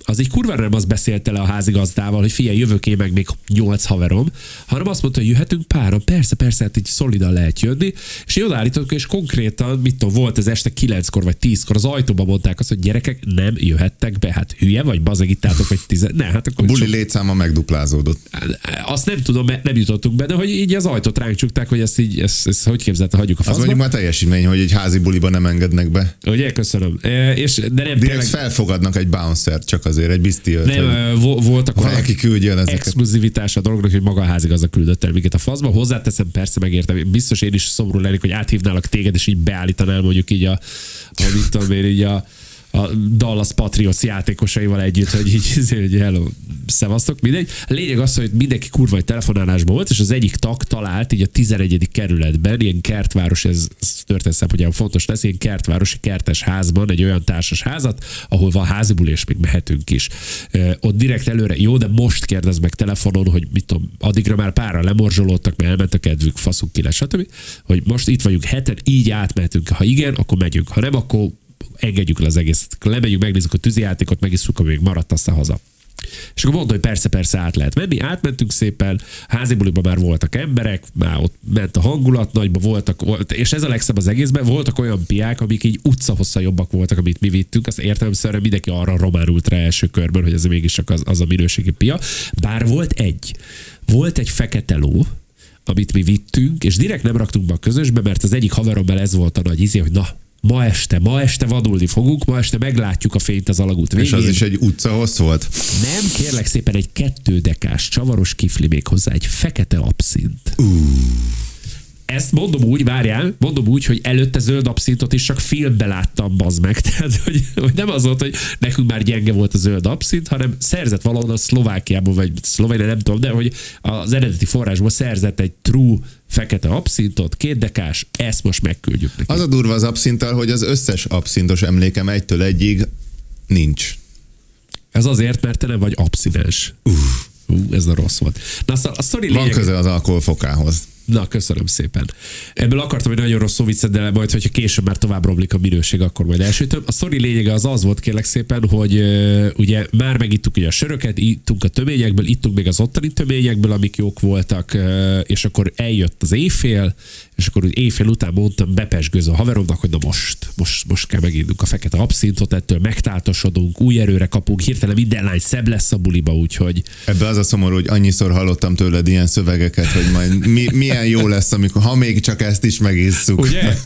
az így kurva nem azt beszélte le a házigazdával, hogy figyelj, jövök én meg még nyolc haverom, hanem azt mondta, hogy jöhetünk páran, persze, persze, hát így szolidan lehet jönni, és így odaállítottuk, és konkrétan, mit tudom, volt ez este kilenckor vagy tízkor, az ajtóban mondták azt, hogy gyerekek nem jöhettek be, hát hülye vagy, bazeg ittátok, vagy tizen... Ne, hát akkor a buli sok... létszáma megduplázódott. Azt nem tudom, mert nem jutottunk be, de hogy így az ajtót ránk csukták, hogy ezt így, ezt, ezt hogy képzelte, hagyjuk a faszba. Az mondjuk már teljesítmény, hogy egy házi buliba nem engednek be. Ugye, köszönöm. E, és, de nem Direkt tényleg... felfogadnak egy bouncer, csak azért, egy biztiőt. Nem, vo- voltak valaki küldje el ezeket. Exkluzivitás a dolognak, hogy maga a házigazda küldött el minket a faszba. Hozzáteszem, persze megértem. Biztos én is szomorú lennék, hogy áthívnálak téged, és így beállítanál mondjuk így a, a mit tudom én, így a a Dallas Patriots játékosaival együtt, hogy így, hogy hello, szevasztok, mindegy. A lényeg az, hogy mindenki kurva egy telefonálásban volt, és az egyik tag talált így a tizenegyedik kerületben, ilyen kertváros, ez, ez történet szempontjából fontos lesz, ilyen kertvárosi kertes házban egy olyan társas házat, ahol van házibuli, és még mehetünk is. E, ott direkt előre, jó, de most kérdez meg telefonon, hogy mit tudom, addigra már párra lemorzsolódtak, mert elment a kedvük, faszunk ki lesz, stb. Hogy most itt vagyunk heten, így átmehetünk. Ha igen, akkor megyünk. Ha nem, akkor engedjük le az egészet. Lemegyünk, megnézzük a tűzijátékot, megisszuk, ami még maradt, aztán haza. És akkor mondta, hogy persze, persze át lehet menni. Átmentünk szépen, házibuliban már voltak emberek, már ott ment a hangulat, nagyban voltak, volt, és ez a legszebb az egészben, voltak olyan piák, amik így utcahosszal jobbak voltak, amit mi vittünk, azt értelemszerűen mindenki arra románult rá első körben, hogy ez mégiscsak az, az a minőségi pia. Bár volt egy, volt egy fekete ló, amit mi vittünk, és direkt nem raktunk be a közösbe, mert az egyik haverommal ez volt a nagy izé, hogy na, ma este, ma este vadulni fogunk, ma este meglátjuk a fényt az alagút végén. És az is egy utcahossz volt? Nem, kérlek szépen egy kettődekás csavaros kifli, még hozzá egy fekete abszint. Uh. Ezt mondom úgy, várjál, mondom úgy, hogy előtte zöld abszintot is csak filmbe láttam, bazd meg. Tehát, hogy, hogy nem az volt, hogy nekünk már gyenge volt a zöld abszint, hanem szerzett valahol Szlovákiából, vagy Szlovénia, nem tudom, de hogy az eredeti forrásból szerzett egy true fekete abszintot, kétdekás, ezt most megküldjük neki. Az a durva az abszinttal, hogy az összes abszintos emlékem egytől egyig nincs. Ez azért, mert te nem vagy abszinens. Uh. Uh, ez a rossz volt. Na, a sztori Van lényeg... köze az alkoholfokához. Na, köszönöm szépen. Ebből akartam egy nagyon rossz szó viccet, de majd, hogyha később már tovább romlik a minőség, akkor majd elsütöm. A sztori lényege az az volt, kérlek szépen, hogy uh, ugye már megittuk ugye a söröket, ittunk a töményekből, ittunk még az ottani töményekből, amik jók voltak, uh, és akkor eljött az éjfél, és akkor úgy éjfél után mondtam bepesgőző a haveromnak, hogy na most, most, most kell meginnunk a fekete abszintot, ettől megtáltosodunk, új erőre kapunk, hirtelen minden lány szebb lesz a buliba, úgyhogy... Ebbe az a szomorú, hogy annyiszor hallottam tőled ilyen szövegeket, hogy majd mi, milyen jó lesz, amikor, ha még csak ezt is megisszuk. Ugye?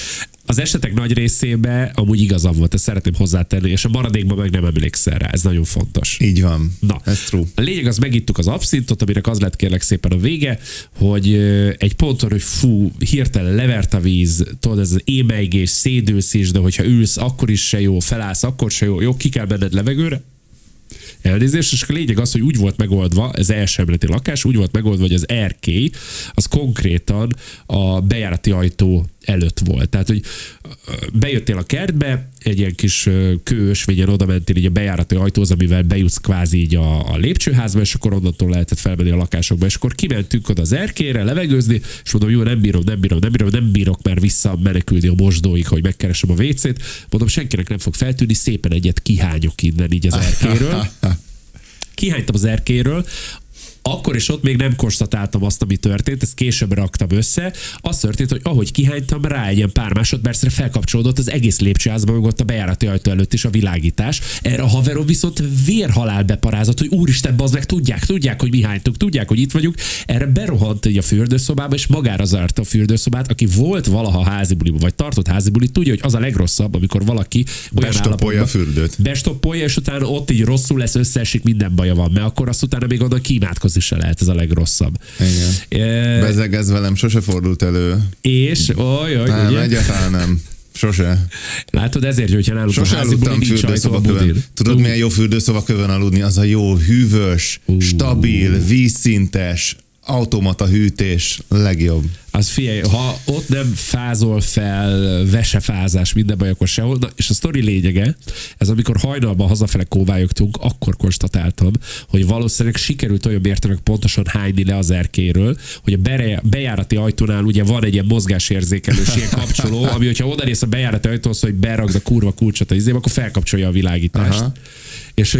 Az esetek nagy részében amúgy igazam volt, ezt szeretném hozzátenni, és a maradékban meg nem emlékszel rá, ez nagyon fontos. Így van, na, ez true. A lényeg az, megittuk az abszintot, aminek az lett kérlek szépen a vége, hogy egy ponton, hogy fú, hirtelen levert a víz, tudod, ez az émeigés, szédülsz is, de hogyha ülsz, akkor is se jó, felállsz, akkor se jó, jó, ki kell menned levegőre, elnézést, és a lényeg az, hogy úgy volt megoldva, ez első emeleti lakás, úgy volt megoldva, hogy az erkély, az konkrétan a bejárati ajtó előtt volt. Tehát, hogy bejöttél a kertbe, egy ilyen kis kőösvényen oda mentél így a bejárati ajtóhoz, amivel bejutsz kvázi így a, a lépcsőházba, és akkor onnantól lehetett felmenni a lakásokba. És akkor kimentünk oda az erkélyre, levegőzni, és mondom, jó, nem bírom, nem bírom, nem bírom, nem bírok már vissza menekülni a mosdóig, hogy megkeresem a vécét. Mondom, senkinek nem fog feltűnni, szépen egyet kihányok innen így az erkélyről. Kihánytam az erkélyről, akkor is ott még nem konstatáltam azt, ami történt, ezt később raktam össze. Az történt, hogy ahogy kihánytam rá egy ilyen pár másodpercre felkapcsolódott az egész lépcsőházban, meg ott a bejárati ajtó előtt is a világítás. Erre a haverom viszont vérhalál beparázott, hogy úristen, bazd meg, tudják, tudják, hogy mi hánytunk, tudják, hogy itt vagyunk. Erre berohant így a fürdőszobába, és magára zárta a fürdőszobát. Aki volt valaha házibuliba, vagy tartott házibulit, tudja, hogy az a legrosszabb, amikor valaki bestoppolja a fürdőt. Bestoppolja, és utána ott így rosszul lesz, összeesik, minden baja van, mert akkor azt utána még oda kímádkozni se lehet, ez a legrosszabb. Igen. E... Bezeg, ez velem sose fordult elő. És, oj, oj, nem, ugye? egyáltalán nem. Sose. Látod, ezért, hogyha nálunk sose a házibuli nincs ajtó a budin. Tudod, uh. milyen jó fürdőszobakövön aludni? Az a jó, hűvös, uh. stabil, vízszintes, automata hűtés, legjobb. Az figyelj, ha ott nem fázol fel, vesefázás, minden baj, akkor sehol. Na, és a sztori lényege, ez amikor hajnalban hazafele kóvályogtunk, akkor konstatáltam, hogy valószínűleg sikerült olyan mértékben pontosan hányni le az erkélyről, hogy a bejárati ajtónál ugye van egy ilyen mozgásérzékelős ilyen kapcsoló, ami hogyha odanéz a bejárati ajtóhoz, hogy beragd a kurva kulcsot a izébe, akkor felkapcsolja a világítást. Aha. És hogy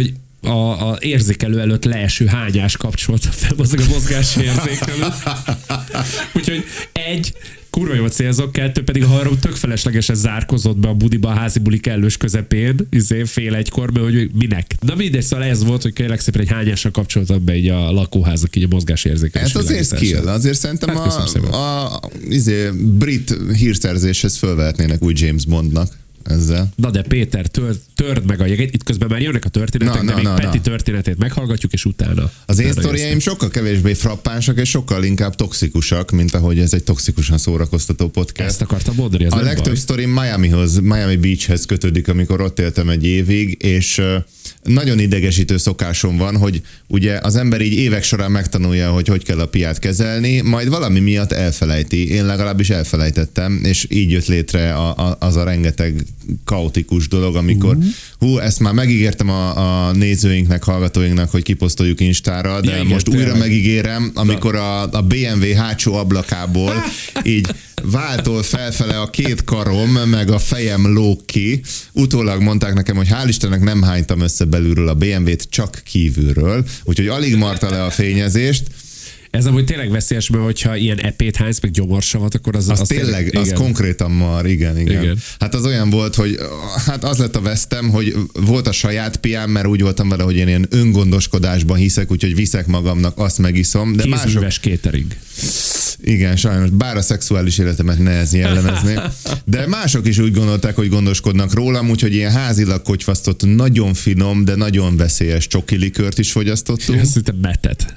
a, a érzékelő előtt leeső hányás kapcsolta fel azok a mozgási érzékelő. Úgyhogy egy, kurva jól célzok, kettő pedig a harmadik tök feleslegesen zárkozott be a budiba a házi buli kellős közepén, izé fél egykor, mert hogy minek. Na mindegy, szóval ez volt, hogy kérlek szépen egy hányással kapcsoltam be így a lakóházak, így a mozgásérzékelés. Hát azért skill, azért szerintem hát, a, a, a izé, brit hírszerzéshez fölvehetnének új James Bondnak ezzel. Na de Péter, tör, törd meg a jeget, itt közben már jönnek a történetek, na, de na, még na, Peti na. történetét meghallgatjuk, és utána. Az én sztoriaim sokkal kevésbé frappánsak, és sokkal inkább toxikusak, mint ahogy ez egy toxikusan szórakoztató podcast. Ezt akartam mondani, ez A legtöbb sztorim Miamihoz, Miami Beachhez kötődik, amikor ott éltem egy évig, és nagyon idegesítő szokásom van, hogy ugye az ember így évek során megtanulja, hogy hogy kell a piát kezelni, majd valami miatt elfelejti. Én legalábbis elfelejtettem, és így jött létre a, a, az a rengeteg kaotikus dolog, amikor uh-huh. hú, ezt már megígértem a, a nézőinknek, hallgatóinknak, hogy kiposztoljuk Instára, de ja, igen, most újra tényleg. megígérem, amikor a, a bé em vé hátsó ablakából így váltól felfele a két karom, meg a fejem lóg ki. Utólag mondták nekem, hogy hál' Istennek nem hánytam össze belülről a bé em vét, csak kívülről, úgyhogy alig marta le a fényezést. Ez amúgy tényleg veszélyes, mert hogyha ilyen epét hánysz, meg gyomorsavat, akkor az... Az, az tényleg, tényleg az konkrétan mar, igen, igen, igen. Hát az olyan volt, hogy hát az lett a vesztem, hogy volt a saját piám, mert úgy voltam vele, hogy én ilyen öngondoskodásban hiszek, úgyhogy viszek magamnak, azt megiszom. De kézműves mások... catering. Igen, sajnos, bár a szexuális életemet nehezen jellemezni. De mások is úgy gondolták, hogy gondoskodnak rólam, úgyhogy ilyen házilag kotyfasztott, nagyon finom, de nagyon veszélyes csokilikört is fogyasztottunk. Ez szinte betet.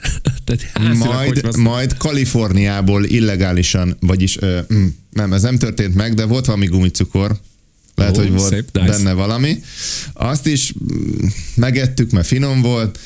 Majd, majd Kaliforniából illegálisan, vagyis ö, nem, ez nem történt meg, de volt valami gumicukor. Lehet, oh, hogy volt szép, nice. benne valami. Azt is megettük, mert finom volt,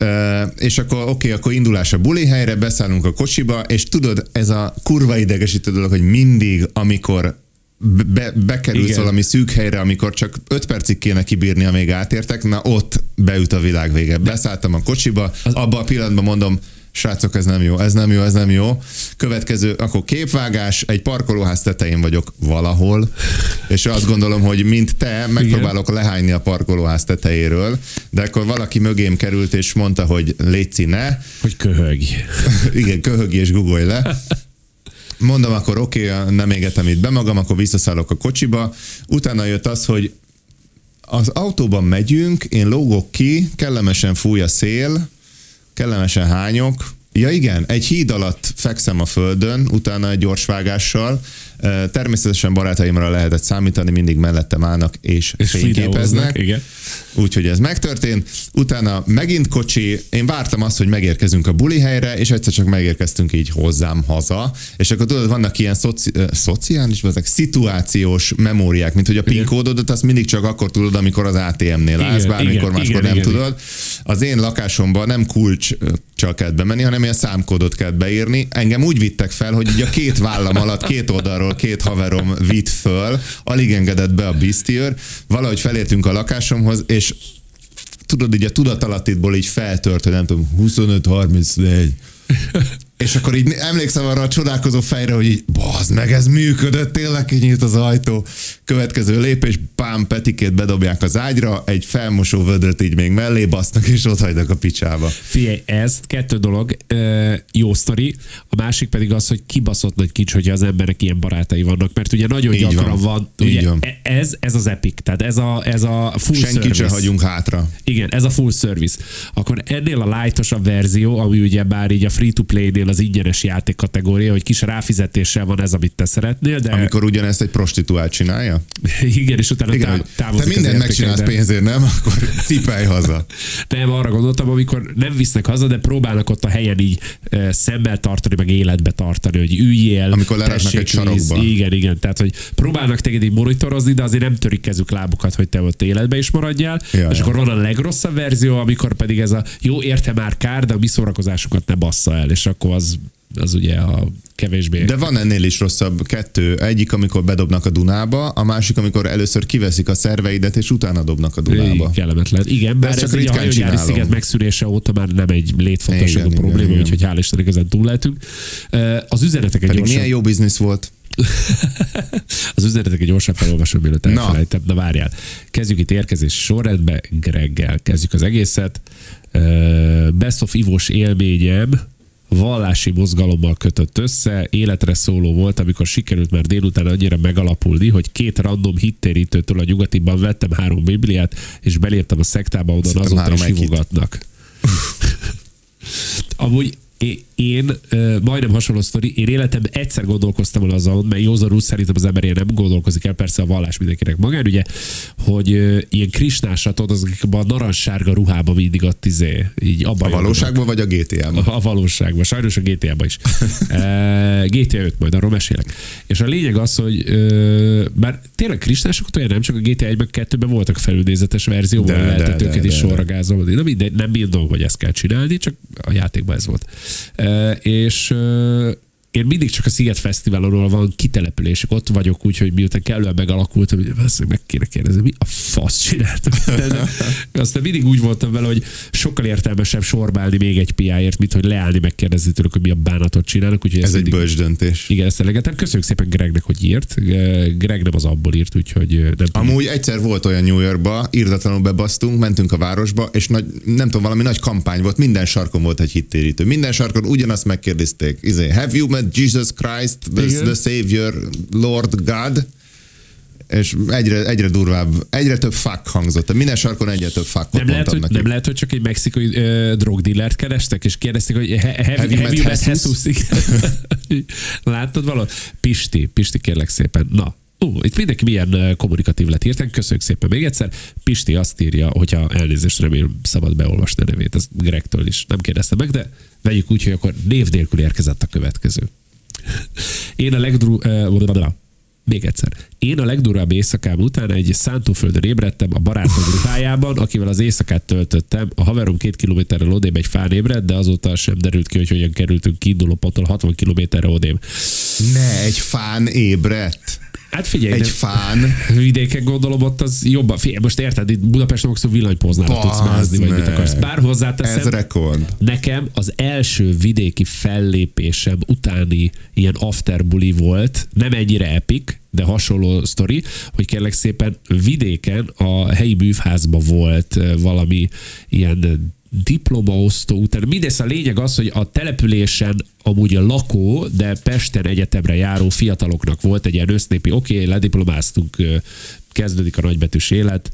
és akkor oké, okay, akkor indulás a buli helyre, beszállunk a kocsiba, és tudod, ez a kurva idegesítő dolog, hogy mindig, amikor be, bekerülsz Igen. valami szűk helyre, amikor csak öt percig kéne kibírni, amíg átértek, na ott beüt a világ vége. Beszálltam a kocsiba, abban a pillanatban mondom, srácok, ez nem jó, ez nem jó, ez nem jó. Következő, akkor képvágás, egy parkolóház tetején vagyok valahol, és azt gondolom, hogy mint te, megpróbálok Igen. lehányni a parkolóház tetejéről, de akkor valaki mögém került, és mondta, hogy létszi ne. Hogy köhögj. Igen, köhögj és guggolj le. Mondom, akkor oké, okay, nem égetem itt be magam, akkor visszaszállok a kocsiba. Utána jött az, hogy az autóban megyünk, én lógok ki, kellemesen fúj a szél, kellemesen hányok. Ja igen, egy híd alatt fekszem a földön, utána egy gyorsvágással. Természetesen barátaimra lehetett számítani, mindig mellettem állnak és, és fényképeznek. Úgyhogy ez megtörtént. Utána megint kocsi, én vártam azt, hogy megérkezünk a buli helyre, és egyszer csak megérkeztünk így hozzám haza. És akkor tudod, vannak ilyen szoci, szociális, ezek szituációs memóriák, mint hogy a PIN kódodat azt mindig csak akkor tudod, amikor az á té em-nél állsz, bármikor máskor igen, nem igen, tudod. Az én lakásomban nem kulcs csak kellett bemenni, hanem ilyen számkódot kellett beírni. Engem úgy vittek fel, hogy így a két vállam alatt, két oldalról két haverom vitt föl, alig engedett be a bisztiőr, valahogy felértünk a lakásomhoz, és tudod, így a tudatalattiból így feltört, hogy nem tudom, huszonöt harmincnégy. És akkor így emlékszem arra a csodálkozó fejre, hogy így, bazd meg, ez működött, tényleg kinyílt az ajtó. Következő lépés, bám, Petikét bedobják az ágyra, egy felmosó vödröt így még mellé basznak, és ott hagynak a picsába. Figyelj, ez kettő dolog, jó sztori, a másik pedig az, hogy kibaszott nagy kics, hogy az emberek ilyen barátai vannak, mert ugye nagyon így gyakran van, van ugye van. Ez, ez az epic, tehát ez a, ez a full Senkit service. Senkit se hagyunk hátra. Igen, ez a full service. Akkor ennél a lightosabb verzió, ami ugye bár így a free-to-play-nél az ingyenes játék kategória, hogy kis ráfizetéssel van ez, amit te szeretnél, de... Amikor ugyanezt egy prostituált csinálja? Igen, és utána Igen, tá- távozik. Te mindent megcsinálsz pénzért, nem? Akkor cipelj haza. Nem, arra gondoltam, amikor nem visznek haza, de próbálnak ott a helyen így e, szemmel tartani, meg életbe tartani, hogy üljél. Amikor leraknak egy sarokba. Igen, igen. Tehát, hogy próbálnak téged így monitorozni, de azért nem törik kezük lábukat, hogy te ott életbe is maradjál. Ja, és ja. akkor van a legrosszabb verzió, amikor pedig ez a jó, érte már kár, de a mi szórakozásokat ne bassza el, és akkor az az ugye a kevésbé... De van ennél is rosszabb kettő. Egyik, amikor bedobnak a Dunába, a másik, amikor először kiveszik a szerveidet, és utána dobnak a Dunába. Kellemetlen. Igen, bár ez így a hajógyári sziget megszűrése óta már nem egy létfontosságú probléma, úgyhogy hál' Istennek ezen túl lehetünk. Az üzenetek egy Pedig gyorsan... milyen jó biznisz volt. Az üzeneteket gyorsan felolvasom, mielőtt elfelejtem. Na várjál. Kezdjük itt érkezés sorrendbe. Greggel kezdjük az egészet. Best of Ivós élményem vallási mozgalommal kötött össze, életre szóló volt, amikor sikerült már délután annyira megalapulni, hogy két random hittérítőtől a nyugatiban vettem három bibliát, és beléptem a szektába, onnan azóta is hívogatnak. Amúgy én uh, majdnem hasonló sztori, én életemben egyszer gondolkoztam el azon, mert józanul szerintem az ember ilyen nem gondolkozik el, persze a vallás mindenkinek magán, ugye, hogy uh, ilyen krisnásatod, azokban a narancssárga ruhában mindig ott izé, így abba a valóságban vagy a gé té á-ban? A, a valóságban, sajnos a gé té á-ban is. uh, gé té á öt, majd arról mesélek. És a lényeg az, hogy uh, bár tényleg krisnások olyan nem, csak a gé té á egy meg kettőben voltak felülnézetes verzióban, lehetett őket is sorra gázolni. Nem, mindegy, nem mondom, hogy ezt kell csinálni, csak a játékban ez volt. Uh, és uh, én mindig csak a Sziget Fesztiválonról van kitelepülések, ott vagyok, úgyhogy miután kellően megalakult, hogy meg kéne kérdezni, mi a fasz csináltam. Aztán mindig úgy voltam vele, hogy sokkal értelmesebb sorbálni még egy piáért, mint hogy leállni, megkérdezni tőlük, hogy mi a bánatot csinálnak. Ez egy mindig... bölcs döntés. Igen, ezt elegettem. Köszönjük szépen Gregnek, hogy írt. Greg nem az abból írt, úgyhogy nem Amúgy tudom. Egyszer volt olyan New Yorkba, irdatlanul bebasztunk, mentünk a városba, és nagy, nem tudom, valami nagy kampány volt, minden sarkon volt egy hittérítő. Minden sarkon ugyanazt megkérdezték. Izé, have you met Jesus Christ, the, the Savior, Lord God? És egyre, egyre durvább, egyre több fuck hangzott. Minden sarkon egyre több fuckot nem mondtam lehet, neki. Nem lehet, hogy csak egy mexikai uh, drogdillert kerestek, és kérdezték, hogy have, have, have, have you met Jesus? Láttad valahogy? Pisti, Pisti, kérlek szépen. Na, Ú, itt mindenki milyen kommunikatív lett hirtelen. Köszönjük szépen még egyszer. Pisti azt írja, hogyha elnézést, remélem szabad beolvasni a nevét. Ez Gregtől is nem kérdeztem meg, de vegyük úgy, hogy akkor név nélkül érkezett a következő. Én a legdru... Uh, még egyszer. Én a legdurvább éjszakám után egy szántóföldön ébredtem a barátom ruhájában, akivel az éjszakát töltöttem. A haverom két kilométerrel odébb egy fán ébredt, de azóta sem derült ki, hogy hogyan kerültünk kiinduló ponttól hatvan kilométerre odébb. Ne, egy fán ébredt. Hát figyelj, egy fán. Vidéken gondolom, ott az jobban. Figyelj, most érted, itt Budapesten maximum villanypóznára tudsz mázni, vagy mit akarsz. Bár hozzáteszem, ez rekord. Nekem az első vidéki fellépésem utáni ilyen afterbuli volt, nem ennyire epic, de hasonló sztori, hogy kérlek szépen vidéken a helyi művházban volt valami ilyen diplomaosztó után. Mindez a lényeg az, hogy a településen amúgy a lakó, de Pesten egyetemre járó fiataloknak volt egy ilyen össznépi, oké, okay, lediplomáztunk, kezdődik a nagybetűs élet.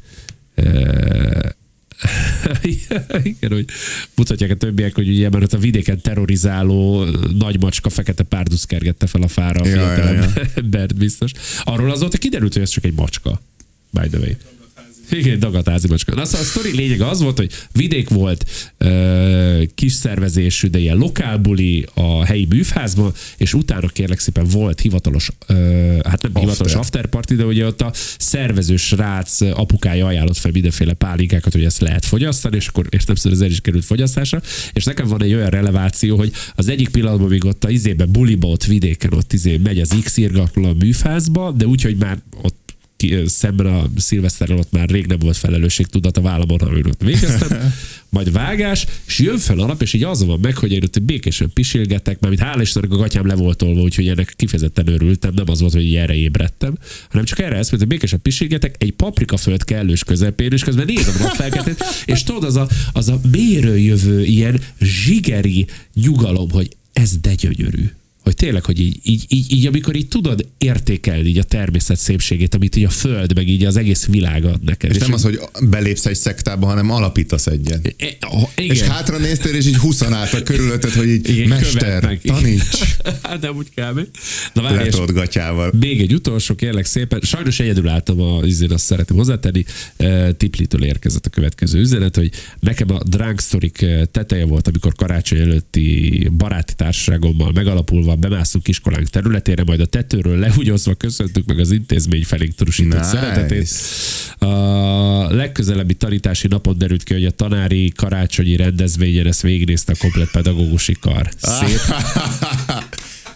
Igen, hogy mutatják a többiek, hogy ugye mert a vidéken terrorizáló nagy macska fekete párduc kergette fel a fára a fiatal ja, ja, ja. embert biztos. Arról azóta kiderült, hogy ez csak egy macska. By the way. Igen, dagadházi macska. Na, szóval a sztori lényege az volt, hogy vidék volt, uh, kis szervezésű, de ilyen lokálbuli a helyi művházban, és utána kérlek szépen volt hivatalos, uh, hát nem after. hivatalos afterparty, de ugye ott a szervező srác apukája ajánlott fel mindenféle pálinkákat, hogy ezt lehet fogyasztani, és akkor értelemszerűen ez el is került fogyasztásra, és nekem van egy olyan releváció, hogy az egyik pillanatban még ott a izébe, buliba, ott vidéken, ott izé megy az X-irgatlan a művházba, de úgy, hogy már ott ki, szemben a szilveszterrel ott már rég nem volt felelősség tudat a vállamon, amit ott végeztem, majd vágás, és jön fel a nap, és így az van meg, hogy én ott békésen pisilgetek, mert hála Istennek a gatyám le volt tolva, úgyhogy ennek kifejezetten örültem, nem az volt, hogy erre ébredtem, hanem csak erre ezt, hogy békésen pisilgetek egy paprikaföld kellős közepén, és közben nézem a felkeltét, és tudod, az a, az a mélyről jövő ilyen zsigeri nyugalom, hogy ez de gyönyörű. Hogy tényleg, hogy így, így, így, így, amikor így tudod értékelni így a természet szépségét, amit így a föld, meg így az egész világ ad neked. És, és nem az, hogy belépsz egy szektába, hanem alapítasz egyet. E, oh, és hátra néztél, és így húszan álltak körülötted, hogy így igen, mester, taníts. Hát nem úgy kell még. Letolt gatyával. Még egy utolsó, kérlek szépen. Sajnos egyedül álltam, a, azért azt szeretem hozzátenni. Tiplitől érkezett a következő üzenet, hogy nekem a Drunk Story teteje volt, amikor karácsony előtti baráti társaságommal megalapulva bemászunk iskolánk területére, majd a tetőről lehúgyozva köszöntük meg az intézmény felénk turusított nice. Szeretetét. A legközelebbi tanítási napon derült ki, hogy a tanári karácsonyi rendezvényen ezt végignézte a komplet pedagógusi kar. Szép.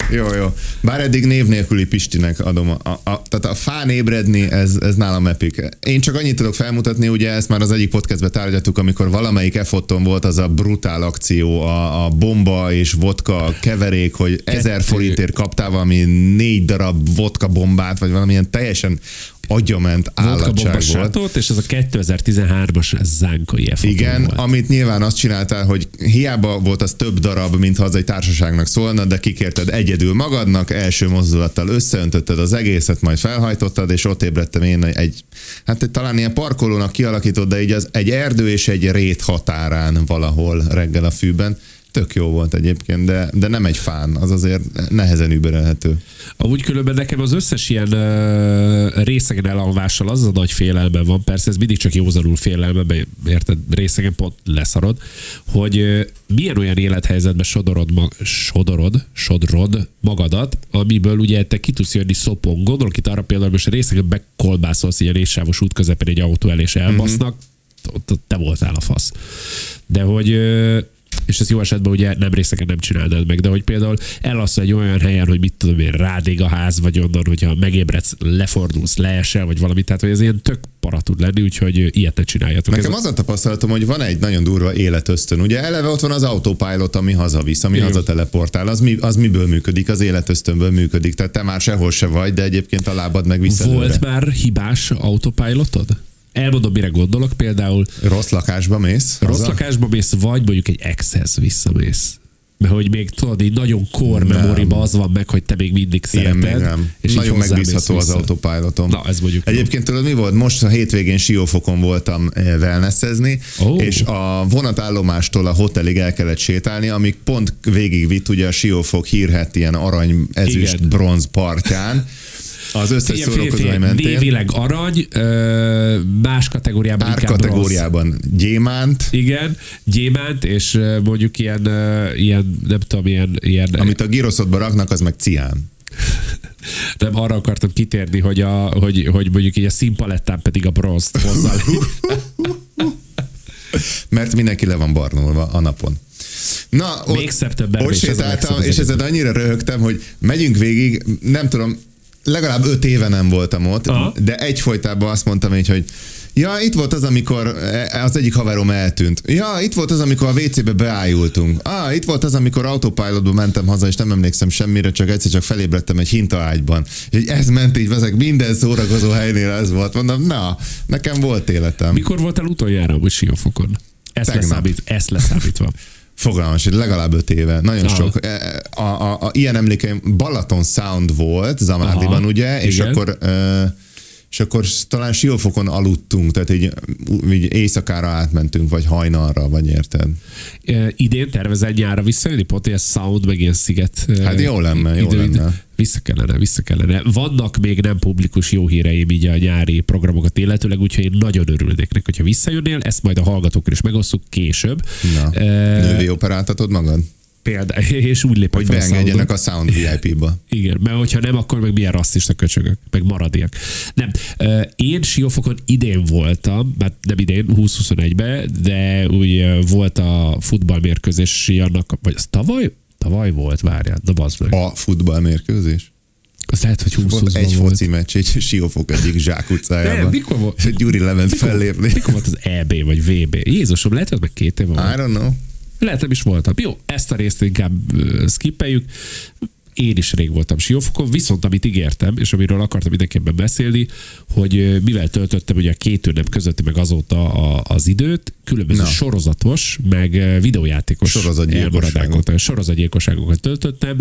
Jó, jó. Bár eddig név nélküli Pistinek adom. A, a, a, tehát a fán ébredni, ez, ez nálam epik. Én csak annyit tudok felmutatni, ugye ezt már az egyik podcastben tárgyaltuk, amikor valamelyik efotton volt az a brutál akció, a, a bomba és vodka keverék, hogy ezer forintért kaptál valami négy darab vodka bombát, vagy valamilyen teljesen agyament állatság volt. És ez a kétezer-tizenhármas zánkai efotton Igen, volt. amit nyilván azt csináltál, hogy hiába volt az több darab, mintha az egy társaságnak szólna, de kikérted egyedül magadnak, első mozdulattal összeöntötted az egészet, majd felhajtottad, és ott ébredtem én egy, hát egy, talán ilyen parkolónak kialakított, de így az egy erdő és egy rét határán valahol reggel a fűben. Tök jó volt egyébként, de, de nem egy fán, az azért nehezen überelhető. Amúgy különben nekem az összes ilyen uh, részegen elalvással az a nagy félelme van, persze ez mindig csak józanul félelme, érted, részegen pont leszarod, hogy uh, milyen olyan élethelyzetben sodorod, ma, sodorod, sodrod magadat, amiből ugye te ki tudsz jönni szopon. Gondolok itt arra például, hogy részegen bekolbászolsz ilyen éssávos út közepén egy autó elé, és elbasznak, mm-hmm. ott, ott te voltál a fasz. De hogy... Uh, és ez jó esetben ugye nem részeken nem csinálnád meg, de hogy például elalszol egy olyan helyen, hogy mit tudom én, rádég a ház, vagy onnan, hogyha megébredsz, lefordulsz, leesel, vagy valami, tehát hogy ez ilyen tök para tud lenni, úgyhogy ilyet ne csináljatok. Nekem az a tapasztalatom, hogy van egy nagyon durva életösztön. Ugye eleve ott van az autopilot, ami hazavisz, ami hazateleportál. Az, mi, az miből működik? Az életösztönből működik. Tehát te már sehol se vagy, de egyébként a lábad meg vissza. Volt már hibás autopilotod? Elmondom, mire gondolok, például... Rossz lakásba mész? Rossz haza? lakásba mész, vagy mondjuk egy exhez visszamész. Mert hogy még tudod, így nagyon core memóriba az van meg, hogy te még mindig szereted. Nem. És nagyon megbízható az autopilotom. Na, ez mondjuk Egyébként tudod, mi volt? Most a hétvégén Siófokon voltam wellnessezni, oh. és a vonatállomástól a hotelig el kellett sétálni, amíg pont végigvitt ugye a Siófok hírhedt ilyen arany, ezüst, igen. bronz partján. Az összes szórakozói mentén. Névileg arany, más kategóriában Pár kategóriában bronz. Gyémánt. Igen, gyémánt, és mondjuk ilyen, ilyen nem tudom, ilyen... ilyen Amit a gyroszodba raknak, az meg cián. Nem, arra akartam kitérni, hogy, a, hogy, hogy mondjuk így a színpalettán pedig a bronzt hozzá. Mert mindenki le van barnulva a napon. Na, még ott, szeptemberben ott sétáltam, és ezen annyira röhögtem, hogy megyünk végig, nem tudom, legalább öt éve nem voltam ott, aha. de egyfolytában azt mondtam így, hogy ja, itt volt az, amikor az egyik haverom eltűnt. Ja, itt volt az, amikor a vé cébe beájultunk. Ah, itt volt az, amikor autopilotba mentem haza, és nem emlékszem semmire, csak egyszer csak felébredtem egy hintaágyban. És ez ment így, ezek minden szórakozó helynél ez volt. Mondom, na, nekem volt életem. Mikor voltál utoljára úgy Siófokon? Ezt, leszámít, ezt leszámítva. Fogalmas, legalább öt éve. Nagyon aha. sok. A, a, a, ilyen emlékeim, Balaton Sound volt, Zamárdiban, aha, ugye, és igen. akkor... Uh, és akkor talán Siófokon aludtunk, tehát így, így éjszakára átmentünk, vagy hajnalra, vagy érted? E, idén tervezel nyárra visszajönni? Pont ilyen Sound, meg ilyen sziget. Hát jó lenne, jó idő, lenne. Vissza kellene, vissza kellene. Vannak még nem publikus jó híreim így a nyári programokat illetőleg, úgyhogy én nagyon örülnék neki, hogyha visszajönnél, ezt majd a hallgatókra is megosztjuk később. Na, e, nővé operáltatod magad? Például, és úgy lépek hogy beengedjenek a Sound vé i pé-ba. Igen, mert hogyha nem, akkor meg milyen rasszista köcsögök, meg maradiak. Nem, én Siófokon idén voltam, hát nem idén, húsz huszonegyben, de úgy volt a futballmérkőzés annak, vagy az tavaly? Tavaly volt, várjál, na bazd meg. A futballmérkőzés? Az lehet, hogy húsz volt egy foci meccs, egy Siófok egyik zsákutcájában. Nem, mikor volt? Gyuri lement fellépni. Mikor volt az é bé vagy vé bé? Jézusom, lehet, hogy meg két év volt. I don't know. Lehet, nem is voltam. Jó, ezt a részt inkább uh, skippeljük. Én is rég voltam Siófokon, viszont amit ígértem, és amiről akartam mindenképpen beszélni, hogy uh, mivel töltöttem ugye a két ünnep közötti, meg azóta a, az időt, különböző Na. sorozatos, meg uh, videójátékos elmaradákokat, sorozatgyilkosságokat töltöttem.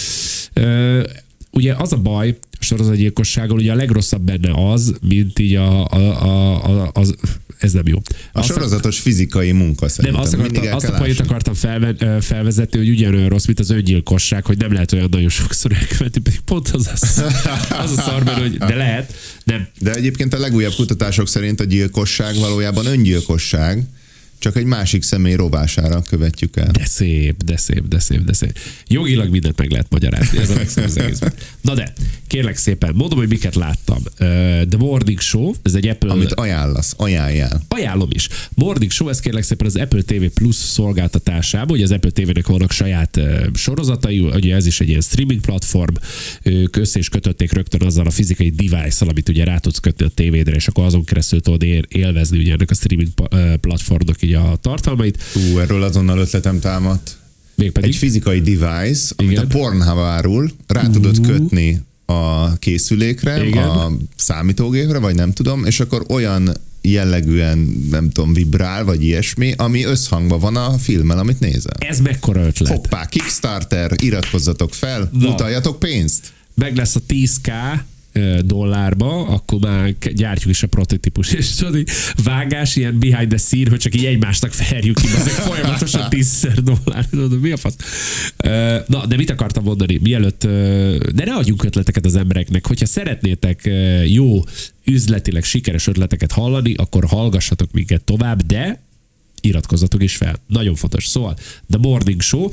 Uh, ugye az a baj a sorozatgyilkossággal, ugye a legrosszabb benne az, mint így a, a, a, a, az, ez nem jó. A azt sorozatos fizikai munka szerintem. Nem, azt, akartam, azt a point akartam felve, felvezetni, hogy ugyanolyan rossz, mint az öngyilkosság, hogy nem lehet olyan nagyon sokszor elkövetni, pedig pont az az, az a szarben, hogy de lehet. Nem. De egyébként a legújabb kutatások szerint a gyilkosság valójában öngyilkosság, Csak egy másik személy rovására követjük el. De szép, de szép, de szép, de szép. Jogilag mindent meg lehet magyarázni, ez a legszebb az egészben. Na de, kérlek szépen, mondom, hogy miket láttam. Uh, The Morning Show, ez egy Apple... Amit ajánlasz, ajánljál. Ajánlom is. Morning Show, ez kérlek szépen az Apple té vé Plus szolgáltatásában, ugye az Apple té vének vannak saját uh, sorozatai, ugye ez is egy ilyen streaming platform, ők össze is kötötték rögtön azzal a fizikai device-al, amit ugye rá tudsz kötni a tévédre, és akkor azon keresztül tudod élvezni ugye ennek a streaming platformnak így a tartalmait. Ú, erről azonnal ötletem támadt. Mégpedig? Egy fizikai device, amit Igen. a Pornhub árul, rá uh. tudod kötni a készülékre, Igen. a számítógépre, vagy nem tudom, és akkor olyan jellegűen, nem tudom, vibrál, vagy ilyesmi, ami összhangban van a filmmel, amit nézel. Ez mekkora ötlet? Hoppá, Kickstarter, iratkozzatok fel, Na. mutaljatok pénzt. Meg lesz a tíz k dollárba, akkor már gyártjuk is a prototípus. És tudod, hogy vágás, ilyen behind the scene, hogy csak így egymásnak verjük ki, ezek folyamatosan tízszer dollár. Tudod, mi a fasz? Na, de mit akartam mondani? Mielőtt, de ne adjunk ötleteket az embereknek. Hogyha szeretnétek jó, üzletileg sikeres ötleteket hallani, akkor hallgassatok minket tovább, de iratkozzatok is fel. Nagyon fontos. Szóval The Morning Show,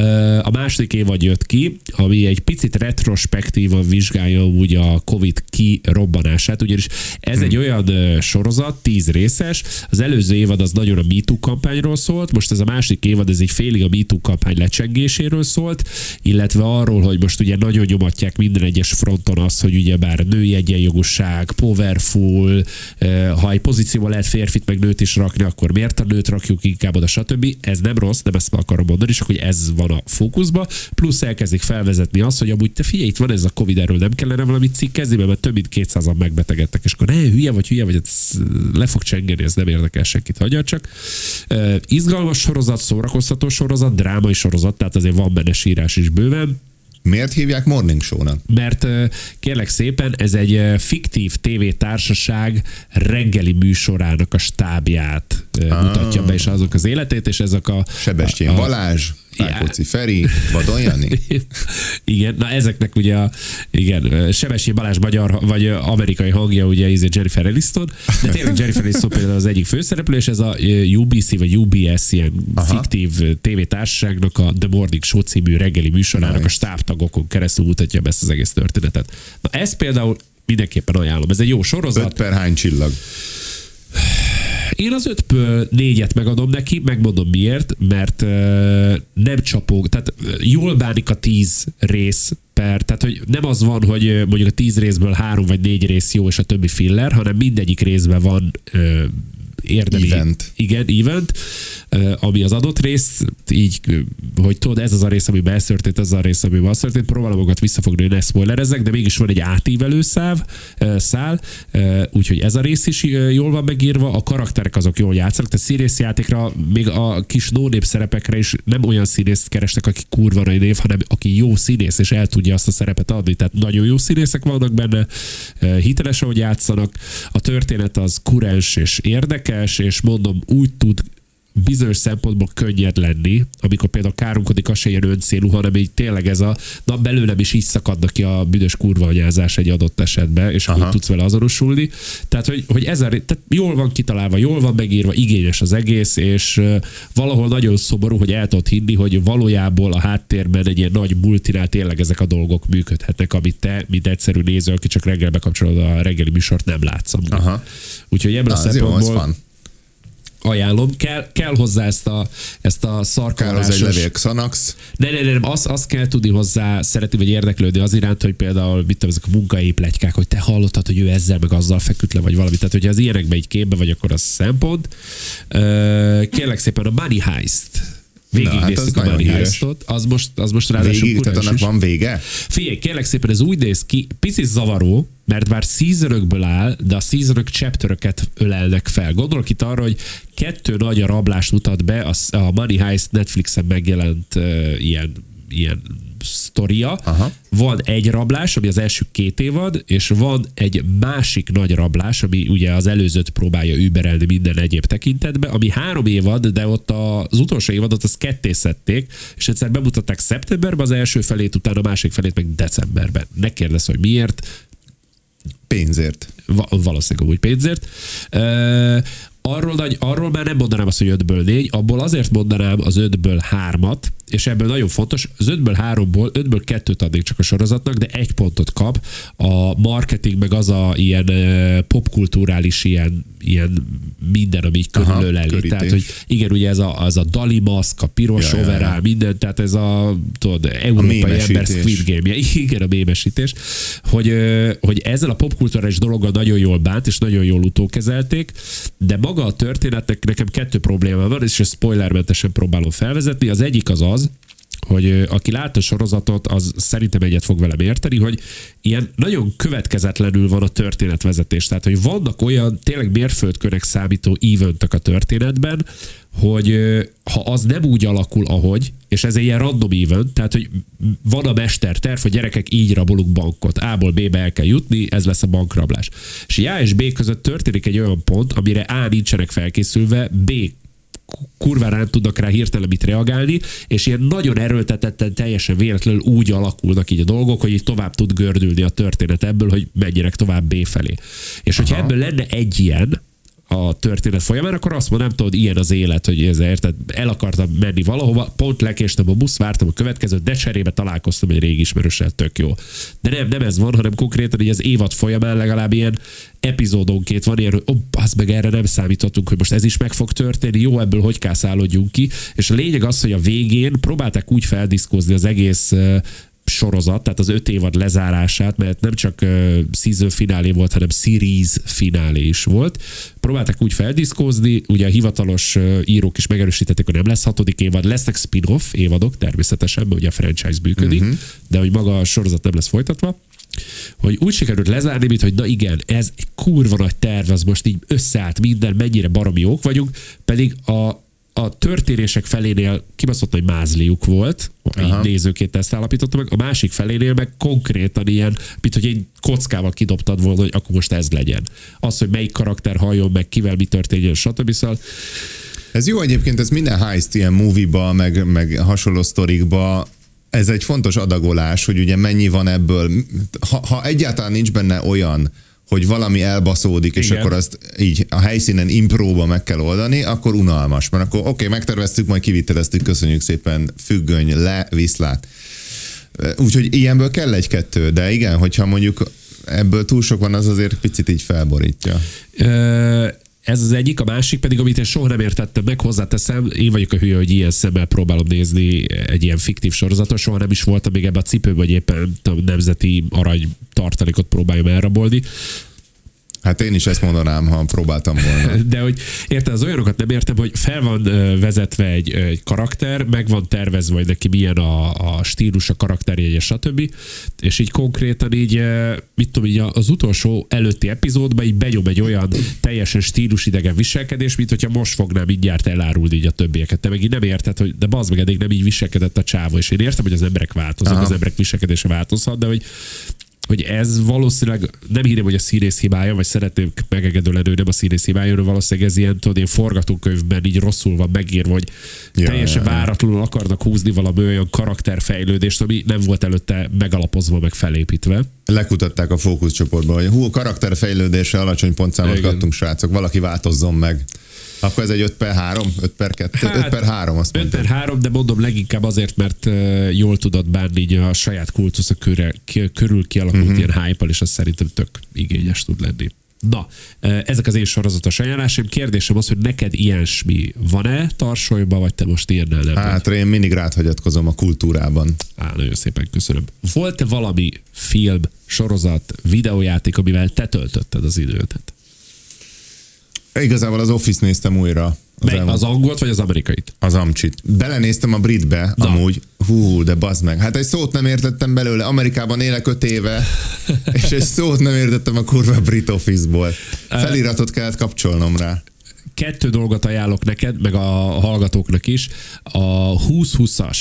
a második évad jött ki, ami egy picit retrospektívan vizsgálja úgy a Covid kirobbanását, ugyanis ez hmm. egy olyan sorozat, tíz részes, az előző évad az nagyon a MeToo kampányról szólt, most ez a második évad, ez egy félig a MeToo kampány lecsengéséről szólt, illetve arról, hogy most ugye nagyon nyomatják minden egyes fronton azt, hogy ugye bár női egyenjogúság, powerful, ha egy pozícióban lehet férfit meg nőt is rakni, akkor miért a nőt rakjuk inkább oda, stb. Ez nem rossz, nem ezt akarom mondani, csak hogy ez van a fókuszba, plusz elkezdik felvezetni azt, hogy amúgy te figyelj, itt van ez a Covid, erről nem kellene valamit cikkezni, mert több mint kétszázan megbetegedtek, és akkor ne, hülye vagy, hülye vagy, ez le fog csengeni, ez nem érdekel senkit, hagyja csak. Uh, izgalmas sorozat, szórakoztató sorozat, drámai sorozat, tehát azért van benne sírás is bőven. Miért hívják Morning Show-nak? Mert kérlek szépen, ez egy fiktív tévétársaság reggeli műsorának a stábját ah. mutatja be, és azok az életét, és ezek a... Sebestyén a, Balázs, Rákóczi Feri, Vadon Jani. Igen, na ezeknek ugye a, igen, Sebestyén Balázs magyar, vagy amerikai hangja, ugye ez Jennifer Aniston, de tényleg Jennifer Aniston például az egyik főszereplő, és ez a u bé cé vagy u bé es ilyen Aha. fiktív tévétársaságnak a The Morning Show című reggeli műsorának nice. A stábtagokon keresztül mutatja be ezt az egész történetet. Na ezt például mindenképpen ajánlom. Ez egy jó sorozat. öt per hány csillag? Én az ötből négyet megadom neki, megmondom miért, mert uh, nem csapog, tehát jól bánik a tíz rész per, tehát hogy nem az van, hogy mondjuk a tíz részből három vagy négy rész jó, és a többi filler, hanem mindegyik részben van uh, érdemi. Event. Igen, event, ami az adott rész, így, hogy tudod, ez az a rész, amiben ez történt, ez az a rész, amiben az történt, próbálom magat visszafogni, hogy ne spoilerezzek, de mégis van egy átívelő száv, szál, úgyhogy ez a rész is jól van megírva, a karakterek azok jól játszanak, tehát színészjátékra, még a kis no-nép szerepekre is nem olyan színészt kerestek, aki kurva nagy név, hanem aki jó színész, és el tudja azt a szerepet adni, tehát nagyon jó színészek vannak benne, hiteles, ahogy játszanak, a történet az kurens és érdekes, és mondom, úgy tud bizonyos szempontból könnyed lenni, amikor például káromkodik, az se ilyen öncélú, hanem így tényleg ez a, na belőlem is így szakadnak ki a büdös kurvaanyázás egy adott esetben, és Aha. akkor tudsz vele azonosulni. Tehát, hogy, hogy ez a, tehát jól van kitalálva, jól van megírva, igényes az egész, és uh, valahol nagyon szomorú, hogy el tudod hinni, hogy valójában a háttérben egy ilyen nagy multinál tényleg ezek a dolgok működhetnek, amit te, mint egyszerű néző, aki csak reggel bekapcsolod a reggeli műsort, nem látsz. Úgyhogy ebből a szempontból ajánlom, kell, kell hozzá ezt a, ezt a szarkalásos... Kell hozzá egy levél Xanax. Ne, ne, ne, nem, azt, azt kell tudni hozzá szeretni, vagy érdeklődni az iránt, hogy például, mit tudom, ezek a munkai pletykák, hogy te hallottad, hogy ő ezzel, meg azzal feküdt le, vagy valami. Tehát, hogyha az ilyenekben egy képbe vagy, akkor az szempont. Kérlek szépen a Money Heist. Végignéztük hát a Money Heistot. Az most, az most ráadásul végig, tehát annak van vége? Figyelj, kérlek szépen, ez úgy néz ki, picit zavaró, mert bár seasonökből áll, de a seasonök chapteröket ölelnek fel. Gondolok itt arra, hogy kettő nagy rablást mutat be a, a Money Heist Netflixen megjelent uh, ilyen, ilyen sztoria. Aha. Van egy rablás, ami az első két évad, és van egy másik nagy rablás, ami ugye az előzőt próbálja überelni minden egyéb tekintetben, ami három évad, de ott az utolsó évadot az ketté szedték, és egyszer bemutatták szeptemberben az első felét, utána a másik felét meg decemberben. Ne kérdezz, hogy miért. Pénzért. Va- valószínűleg úgy pénzért. Uh, arról, nagy, arról már nem mondanám azt, hogy ötből négy, abból azért mondanám az ötből hármat, és ebből nagyon fontos, az ötből háromból, ötből kettőt adnék csak a sorozatnak, de egy pontot kap. A marketing meg az a ilyen popkulturális ilyen, ilyen minden, ami így körülöleli. Tehát, hogy igen, ugye ez a, az a Dali maszk, a piros ja, overall, ja, ja. minden, tehát ez a, tudod, európai ember Squid Game. Igen, a mémesítés. Hogy, hogy ezzel a popkulturális dologgal nagyon jól bánt, és nagyon jól utókezelték, de maga a történetnek nekem kettő probléma van, és ezt spoilermentesen próbálom felvezetni. Az egyik az az, hogy aki látta a sorozatot, az szerintem egyet fog velem érteni, hogy ilyen nagyon következetlenül van a történetvezetés. Tehát, hogy vannak olyan tényleg mérföldkörnek számító eventek a történetben, hogy ha az nem úgy alakul, ahogy, és ez egy ilyen random event, tehát, hogy van a mesterterv, hogy gyerekek, így rabolunk bankot. A-ból B-be el kell jutni, ez lesz a bankrablás. És A és B között történik egy olyan pont, amire A nincsenek felkészülve, B kurvára nem tudnak rá hirtelen mit reagálni, és ilyen nagyon erőltetetten, teljesen véletlenül úgy alakulnak így a dolgok, hogy így tovább tud gördülni a történet ebből, hogy menjenek tovább B felé. És hogyha Aha. ebből lenne egy ilyen a történet folyamán, akkor azt mondom, nem tudod, ilyen az élet, hogy ez, érted, el akartam menni valahova, pont lekéstem a busz, vártam a következőt, de cserébe találkoztam egy régi ismerőssel, tök jó. De nem, nem ez van, hanem konkrétan így az évad folyamán legalább ilyen epizódonként van ilyen, hogy oh, az meg erre nem számítottunk, hogy most ez is meg fog történni, jó, ebből hogy kászálódjunk ki. És a lényeg az, hogy a végén próbálták úgy feldiszkózni az egész sorozat, tehát az öt évad lezárását, mert nem csak uh, season finálé volt, hanem series finálé is volt. Próbálták úgy feldiszkózni, ugye a hivatalos uh, írók is megerősítették, hogy nem lesz hatodik évad, lesznek spin-off évadok természetesen, mert ugye a franchise működik, uh-huh. de hogy maga a sorozat nem lesz folytatva, hogy úgy sikerült lezárni, mint hogy na igen, ez egy kurva nagy terv, az most így összeállt minden, mennyire baromi jók vagyunk, pedig a a történések felénél kibaszott nagy mázliuk volt, így nézőként ezt állapította meg, a másik felénél meg konkrétan ilyen, mint hogy egy kockával kidobtad volna, hogy akkor most ez legyen. Az, hogy melyik karakter halljon meg, kivel mi történjen, stb. Szóval ez jó egyébként, ez minden heist ilyen movie-ba, meg, meg hasonló sztorikba, ez egy fontos adagolás, hogy ugye mennyi van ebből, ha, ha egyáltalán nincs benne olyan, hogy valami elbaszódik, és Igen. akkor azt így a helyszínen impróba meg kell oldani, akkor unalmas. Mert akkor oké, okay, megterveztük, majd kiviteleztük, köszönjük szépen, függöny, le, viszlát. Úgyhogy ilyenből kell egy-kettő, de igen, hogyha mondjuk ebből túl sok van, az azért picit így felborítja. Ö- Ez az egyik, a másik pedig, amit én soha nem értettem meg, hozzáteszem, én vagyok a hülye, hogy ilyen szemmel próbálom nézni egy ilyen fiktív sorozatot, soha nem is voltam még ebbe a cipőben, hogy éppen a nemzeti arany tartalékot próbáljam elrabolni. Hát én is ezt mondanám, ha próbáltam volna. De hogy érted, az olyanokat nem értem, hogy fel van vezetve egy, egy karakter, meg van tervezve, hogy neki milyen a, a stílus, a karakterjegye, stb. És így konkrétan így, mit tudom, így az utolsó előtti epizódban így benyom egy olyan teljesen stílusidegen viselkedés, mint hogyha most fognám mindjárt elárulni így a többieket. Te meg így nem érted, hogy de bazd meg, eddig nem így viselkedett a csáva, és én értem, hogy az emberek változnak, Aha. az emberek viselkedése változhat, de hogy hogy ez valószínűleg, nem hírem, hogy a színész hibája, vagy szeretném megengedő lenni, hogy nem a színész hibája, hanem valószínűleg ez ilyen, tudod, én forgatókönyvben így rosszul van megírva, hogy ja, teljesen ja, váratlanul akarnak húzni valami olyan karakterfejlődést, ami nem volt előtte megalapozva, meg felépítve. Lekutatták a fókuszcsoportban, hogy hú, karakterfejlődésre alacsony pontszámot kaptunk, srácok, valaki változzon meg. Akkor ez egy öt per három, öt per kettő, hát, öt per három, azt mondtam. öt per három, de mondom leginkább azért, mert uh, jól tudod bánni így a saját kultusza körül, körül kialakult uh-huh. ilyen hype-al, és az szerintem tök igényes tud lenni. Na, uh, ezek az én sorozatos ajánlásaim. Kérdésem az, hogy neked ilyesmi van-e tarsolyban, vagy te most ilyennel nem Hát vagy? Én mindig rád hagyatkozom a kultúrában. Á, nagyon szépen köszönöm. Volt-e valami film, sorozat, videójáték, amivel te töltötted az időt? Igazából az Office néztem újra. Az, Mely, az angolt vagy az amerikait? Az amcsit. Belenéztem a britbe, Na. amúgy. Hú, de bazd meg. Hát egy szót nem értettem belőle. Amerikában élek öt éve, és egy szót nem értettem a kurva brit Office-ból. Feliratot kellett kapcsolnom rá. Kettő dolgot ajánlok neked, meg a hallgatóknak is. A húsz húszas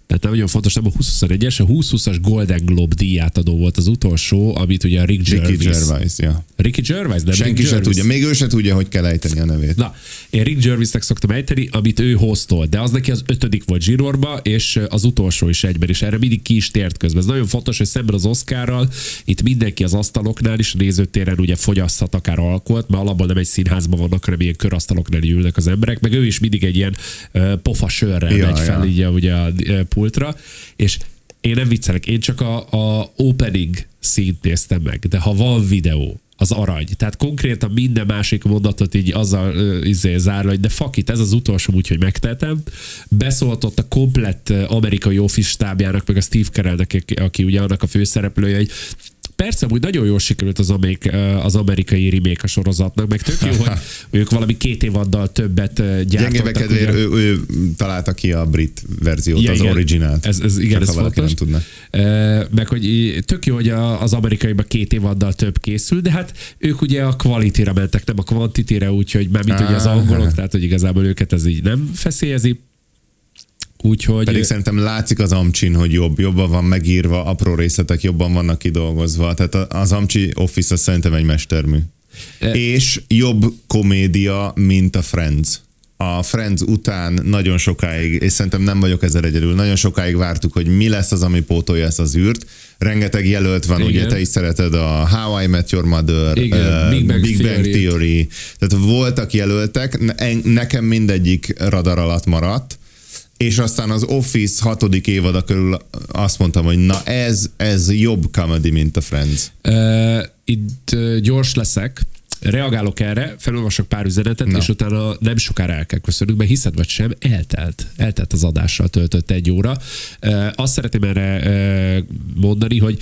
Tehát nem nagyon fontos, nem a húsz-huszonegyes, a húsz-húszas Golden Globe díjátadó volt az utolsó, amit ugye a Rick Gervais. Ricky Gervais, ja. Ricky Gervais, nem Senki Rick se Gervais. tudja, még ő se tudja, hogy kell ejteni a nevét. Na, én Rick Gervaisnek szoktam ejteni, amit ő hoztolt, de az neki az ötödik volt zsinórba, és az utolsó is egyben, és erre mindig ki is tért közben. Ez nagyon fontos, hogy szemben az Oscarral itt mindenki az asztaloknál is, a nézőtéren ugye fogyaszthat akár alkoholt, mert alapból nem egy színházban vannak, hanem ilyen körasztaloknál ülnek az emberek, meg ő is mindig egy ilyen uh, pofa sörrel ja, megy fel ja. így a, ugye a uh, pultra, és én nem viccelek, én csak a, a opening színt néztem meg, de ha van videó, az arany. Tehát konkrétan minden másik mondatot így azzal uh, izé, zárva, hogy de fuck it, ez az utolsó, úgyhogy megtehetem. Beszólt ott a komplett amerikai Office stábjának, meg a Steve Carellnek, aki, aki ugye annak a főszereplője, hogy persze, úgy nagyon jól sikerült az, amerik, az amerikai remake a sorozatnak, meg tök jó, hogy ők valami két évaddal többet gyártottak. Gyengébe kedvéért ő, ő találta ki a brit verziót, ja, az igen, originált. Ez, ez, igen, ez fontos. Nem tudna. Meg hogy tök jó, hogy az amerikaiban két évaddal több készül, de hát ők ugye a quality-ra mentek, nem a quantity-re, úgyhogy már mint ugye az angolok, tehát hogy igazából őket ez így nem feszélyezi. Úgyhogy... Pedig szerintem látszik az Amcsin, hogy jobb, jobban van megírva, apró részletek jobban vannak kidolgozva. Tehát az Amcsi Office az szerintem egy mestermű. E... És jobb komédia, mint a Friends. A Friends után nagyon sokáig, és szerintem nem vagyok ezzel egyedül, nagyon sokáig vártuk, hogy mi lesz az, ami pótolja ezt az űrt. Rengeteg jelölt van, igen. Ugye te is szereted a How I Met Your Mother, uh, Big, Bang, Big Bang Theory. Theory. Tehát voltak jelöltek, nekem mindegyik radar alatt maradt, és aztán az Office hatodik évada körül azt mondtam, hogy na ez, ez jobb comedy, mint a Friends. Uh, itt uh, gyors leszek, reagálok erre, felolvasok pár üzenetet, na. És utána nem sokára el kell köszönünk, mert hiszed vagy sem, eltelt. Eltelt az adással töltött egy óra. Uh, azt szeretném erre uh, mondani, hogy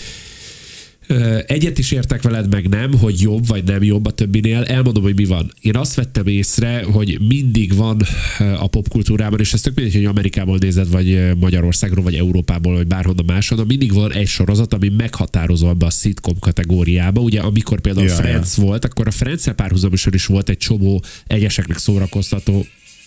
egyet is értek veled, meg nem, hogy jobb vagy nem jobb a többinél. Elmondom, hogy mi van. Én azt vettem észre, hogy mindig van a popkultúrában, és ez tök mindegy, hogy Amerikából nézed, vagy Magyarországról, vagy Európából, vagy bárhonnan máshonnan, mindig van egy sorozat, ami meghatározó ebbe a sitcom kategóriába. Ugye, amikor például ja, Friends ja. volt, akkor a Friends-el párhuzamosan is volt egy csomó egyeseknek szórakoztató.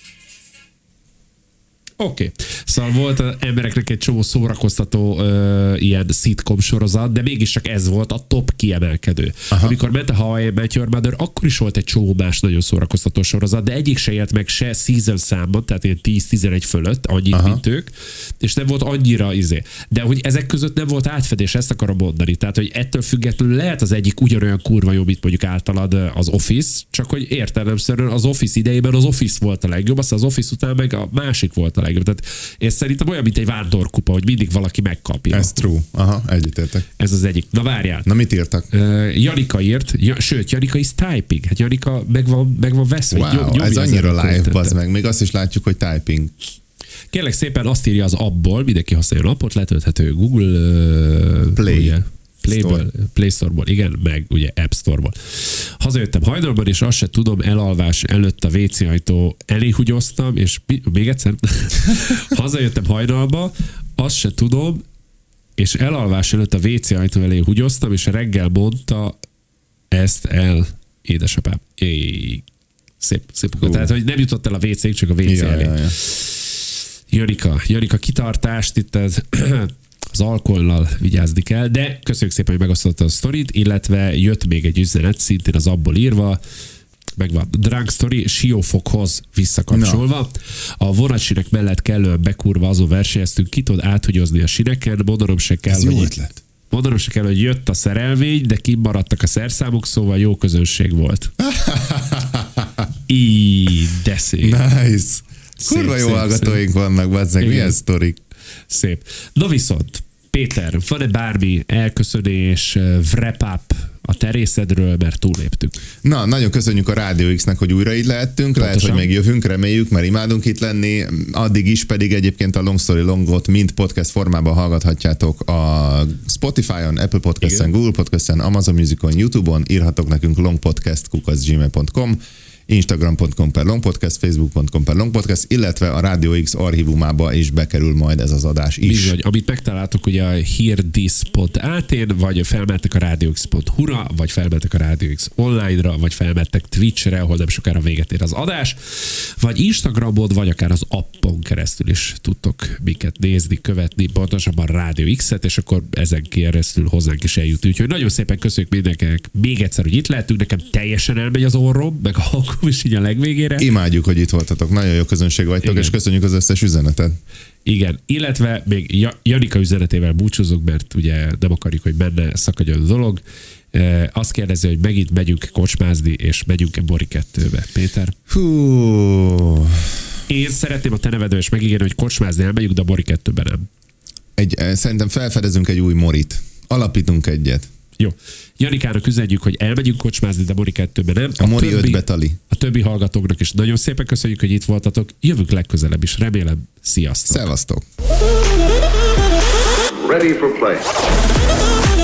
Oké. Okay. Szóval volt az embereknek egy csomó szórakoztató uh, ilyen szitcom sorozat, de mégis csak ez volt a top kiemelkedő. Aha. Amikor ment a How I Met Your Mother, akkor is volt egy csomó más nagyon szórakoztató sorozat, de egyik se élt meg se season számban, tehát ilyen tíz-tizenegy fölött, annyit, aha. mint ők, és nem volt annyira izé. De hogy ezek között nem volt átfedés, ezt akarom mondani. Tehát, hogy ettől függetlenül lehet az egyik ugyanolyan kurva jó, mint mondjuk általad az Office, csak hogy értelemszerűen az Office idejében az Office volt a legjobb, aztán az Office után meg a másik volt a legjobb. Tehát én szerintem olyan, mint egy vándorkupa, hogy mindig valaki megkapja. Ez true. Aha, egyetértek. Ez az egyik. Na várjál. Na mit írtak? Uh, Janika írt, ja, sőt, Janika is typing. Hát Janika meg van, meg van veszve. Wow, nyom, ez annyira live, bazd meg. Még azt is látjuk, hogy typing. Kérlek szépen azt írja az appból, mindenki használja a appot, letölthető Google uh, Play. Ugye, Playből, Play Store-ból, igen, meg ugye App Store-ból. Hazajöttem hajnalban, és azt se tudom, elalvás előtt a vé cé ajtó elé húgyoztam, és még egyszer, hazajöttem hajnalba, azt se tudom, és elalvás előtt a vé cé ajtó elé húgyoztam, és reggel mondta ezt el édesapám. Éj. Szép, szép. Uh. Tehát, hogy nem jutott el a vé cé, csak a vé cé ja, elé. Ja, ja. Janika, Janika kitartást, itt ez... az alkohollal vigyázni kell, de köszönjük szépen, hogy megosztottad a sztorit, illetve jött még egy üzenet, szintén az abból írva, megvan, Drunk Story, Siófokhoz visszakapcsolva. No. A vonatsinek mellett kellően bekurva azon versenyeztünk, ki tud áthugyozni a sineken, mondanom se kell, ez jó ötlet. Mondanom se kell, hogy jött a szerelvény, de kimaradtak a szerszámok, szóval jó közönség volt. Így, de szép. Nice. Kurva jó hallgatóink vannak, bazzeg, milyen sztorik. Szép. Na viszont, Péter, van-e bármi elköszönés, wrap-up a terészedről, mert túléptük? Na, nagyon köszönjük a Rádió X-nek, hogy újra itt lehettünk. Pontosan. Lehet, hogy még jövünk, reméljük, mert imádunk itt lenni. Addig is pedig egyébként a Long Story Longot mind podcast formában hallgathatjátok a Spotify-on, Apple Podcast-en, Google Podcast-en, Amazon Music-on, YouTube-on, írhatok nekünk longpodcast kukac gmail pont com, instagram pont com per longpodcast, facebook pont com per longpodcast, illetve a Rádió X archívumába is bekerül majd ez az adás is. Bizony, amit megtaláltok ugye a hearthis pont at-n, vagy felmentek a rádióx pont hu-ra, vagy felmentek a rádióx online-ra, vagy felmentek Twitch-re, ahol nem sokára véget ér az adás, vagy Instagramon, vagy akár az appon keresztül is tudtok minket nézni, követni, pontosabban Rádió X-et, és akkor ezen keresztül hozzánk is eljut. Úgyhogy nagyon szépen köszönjük mindenkinek még egyszer, hogy itt lehetünk, nekem teljesen elmegy az orrom, meg a hankom is így a legvégére. Imádjuk, hogy itt voltatok, nagyon jó közönség vagytok, Igen. és köszönjük az összes üzenetet. Igen, illetve még Janika üzenetével búcsúzunk, mert ugye nem akarjuk, hogy benne szakadjon a dolog. E, azt kérdezi, hogy megint megyünk kocsmázni, és megyünk-e Bori kettőbe. Péter? Hú. Én szeretném a te nevedő, és megígérni, hogy kocsmázni elmegyünk, de a Bori kettőben nem. Egy, szerintem felfedezünk egy új morit. Alapítunk egyet. Jó. Janikának üzenjük, hogy elmegyünk kocsmázni, de Mori kettőben nem. A, a Mori ötbe tali. A többi hallgatóknak is nagyon szépen köszönjük, hogy itt voltatok. Jövünk legközelebb is, remélem. Sziasztok! Szevasztok! Ready for play.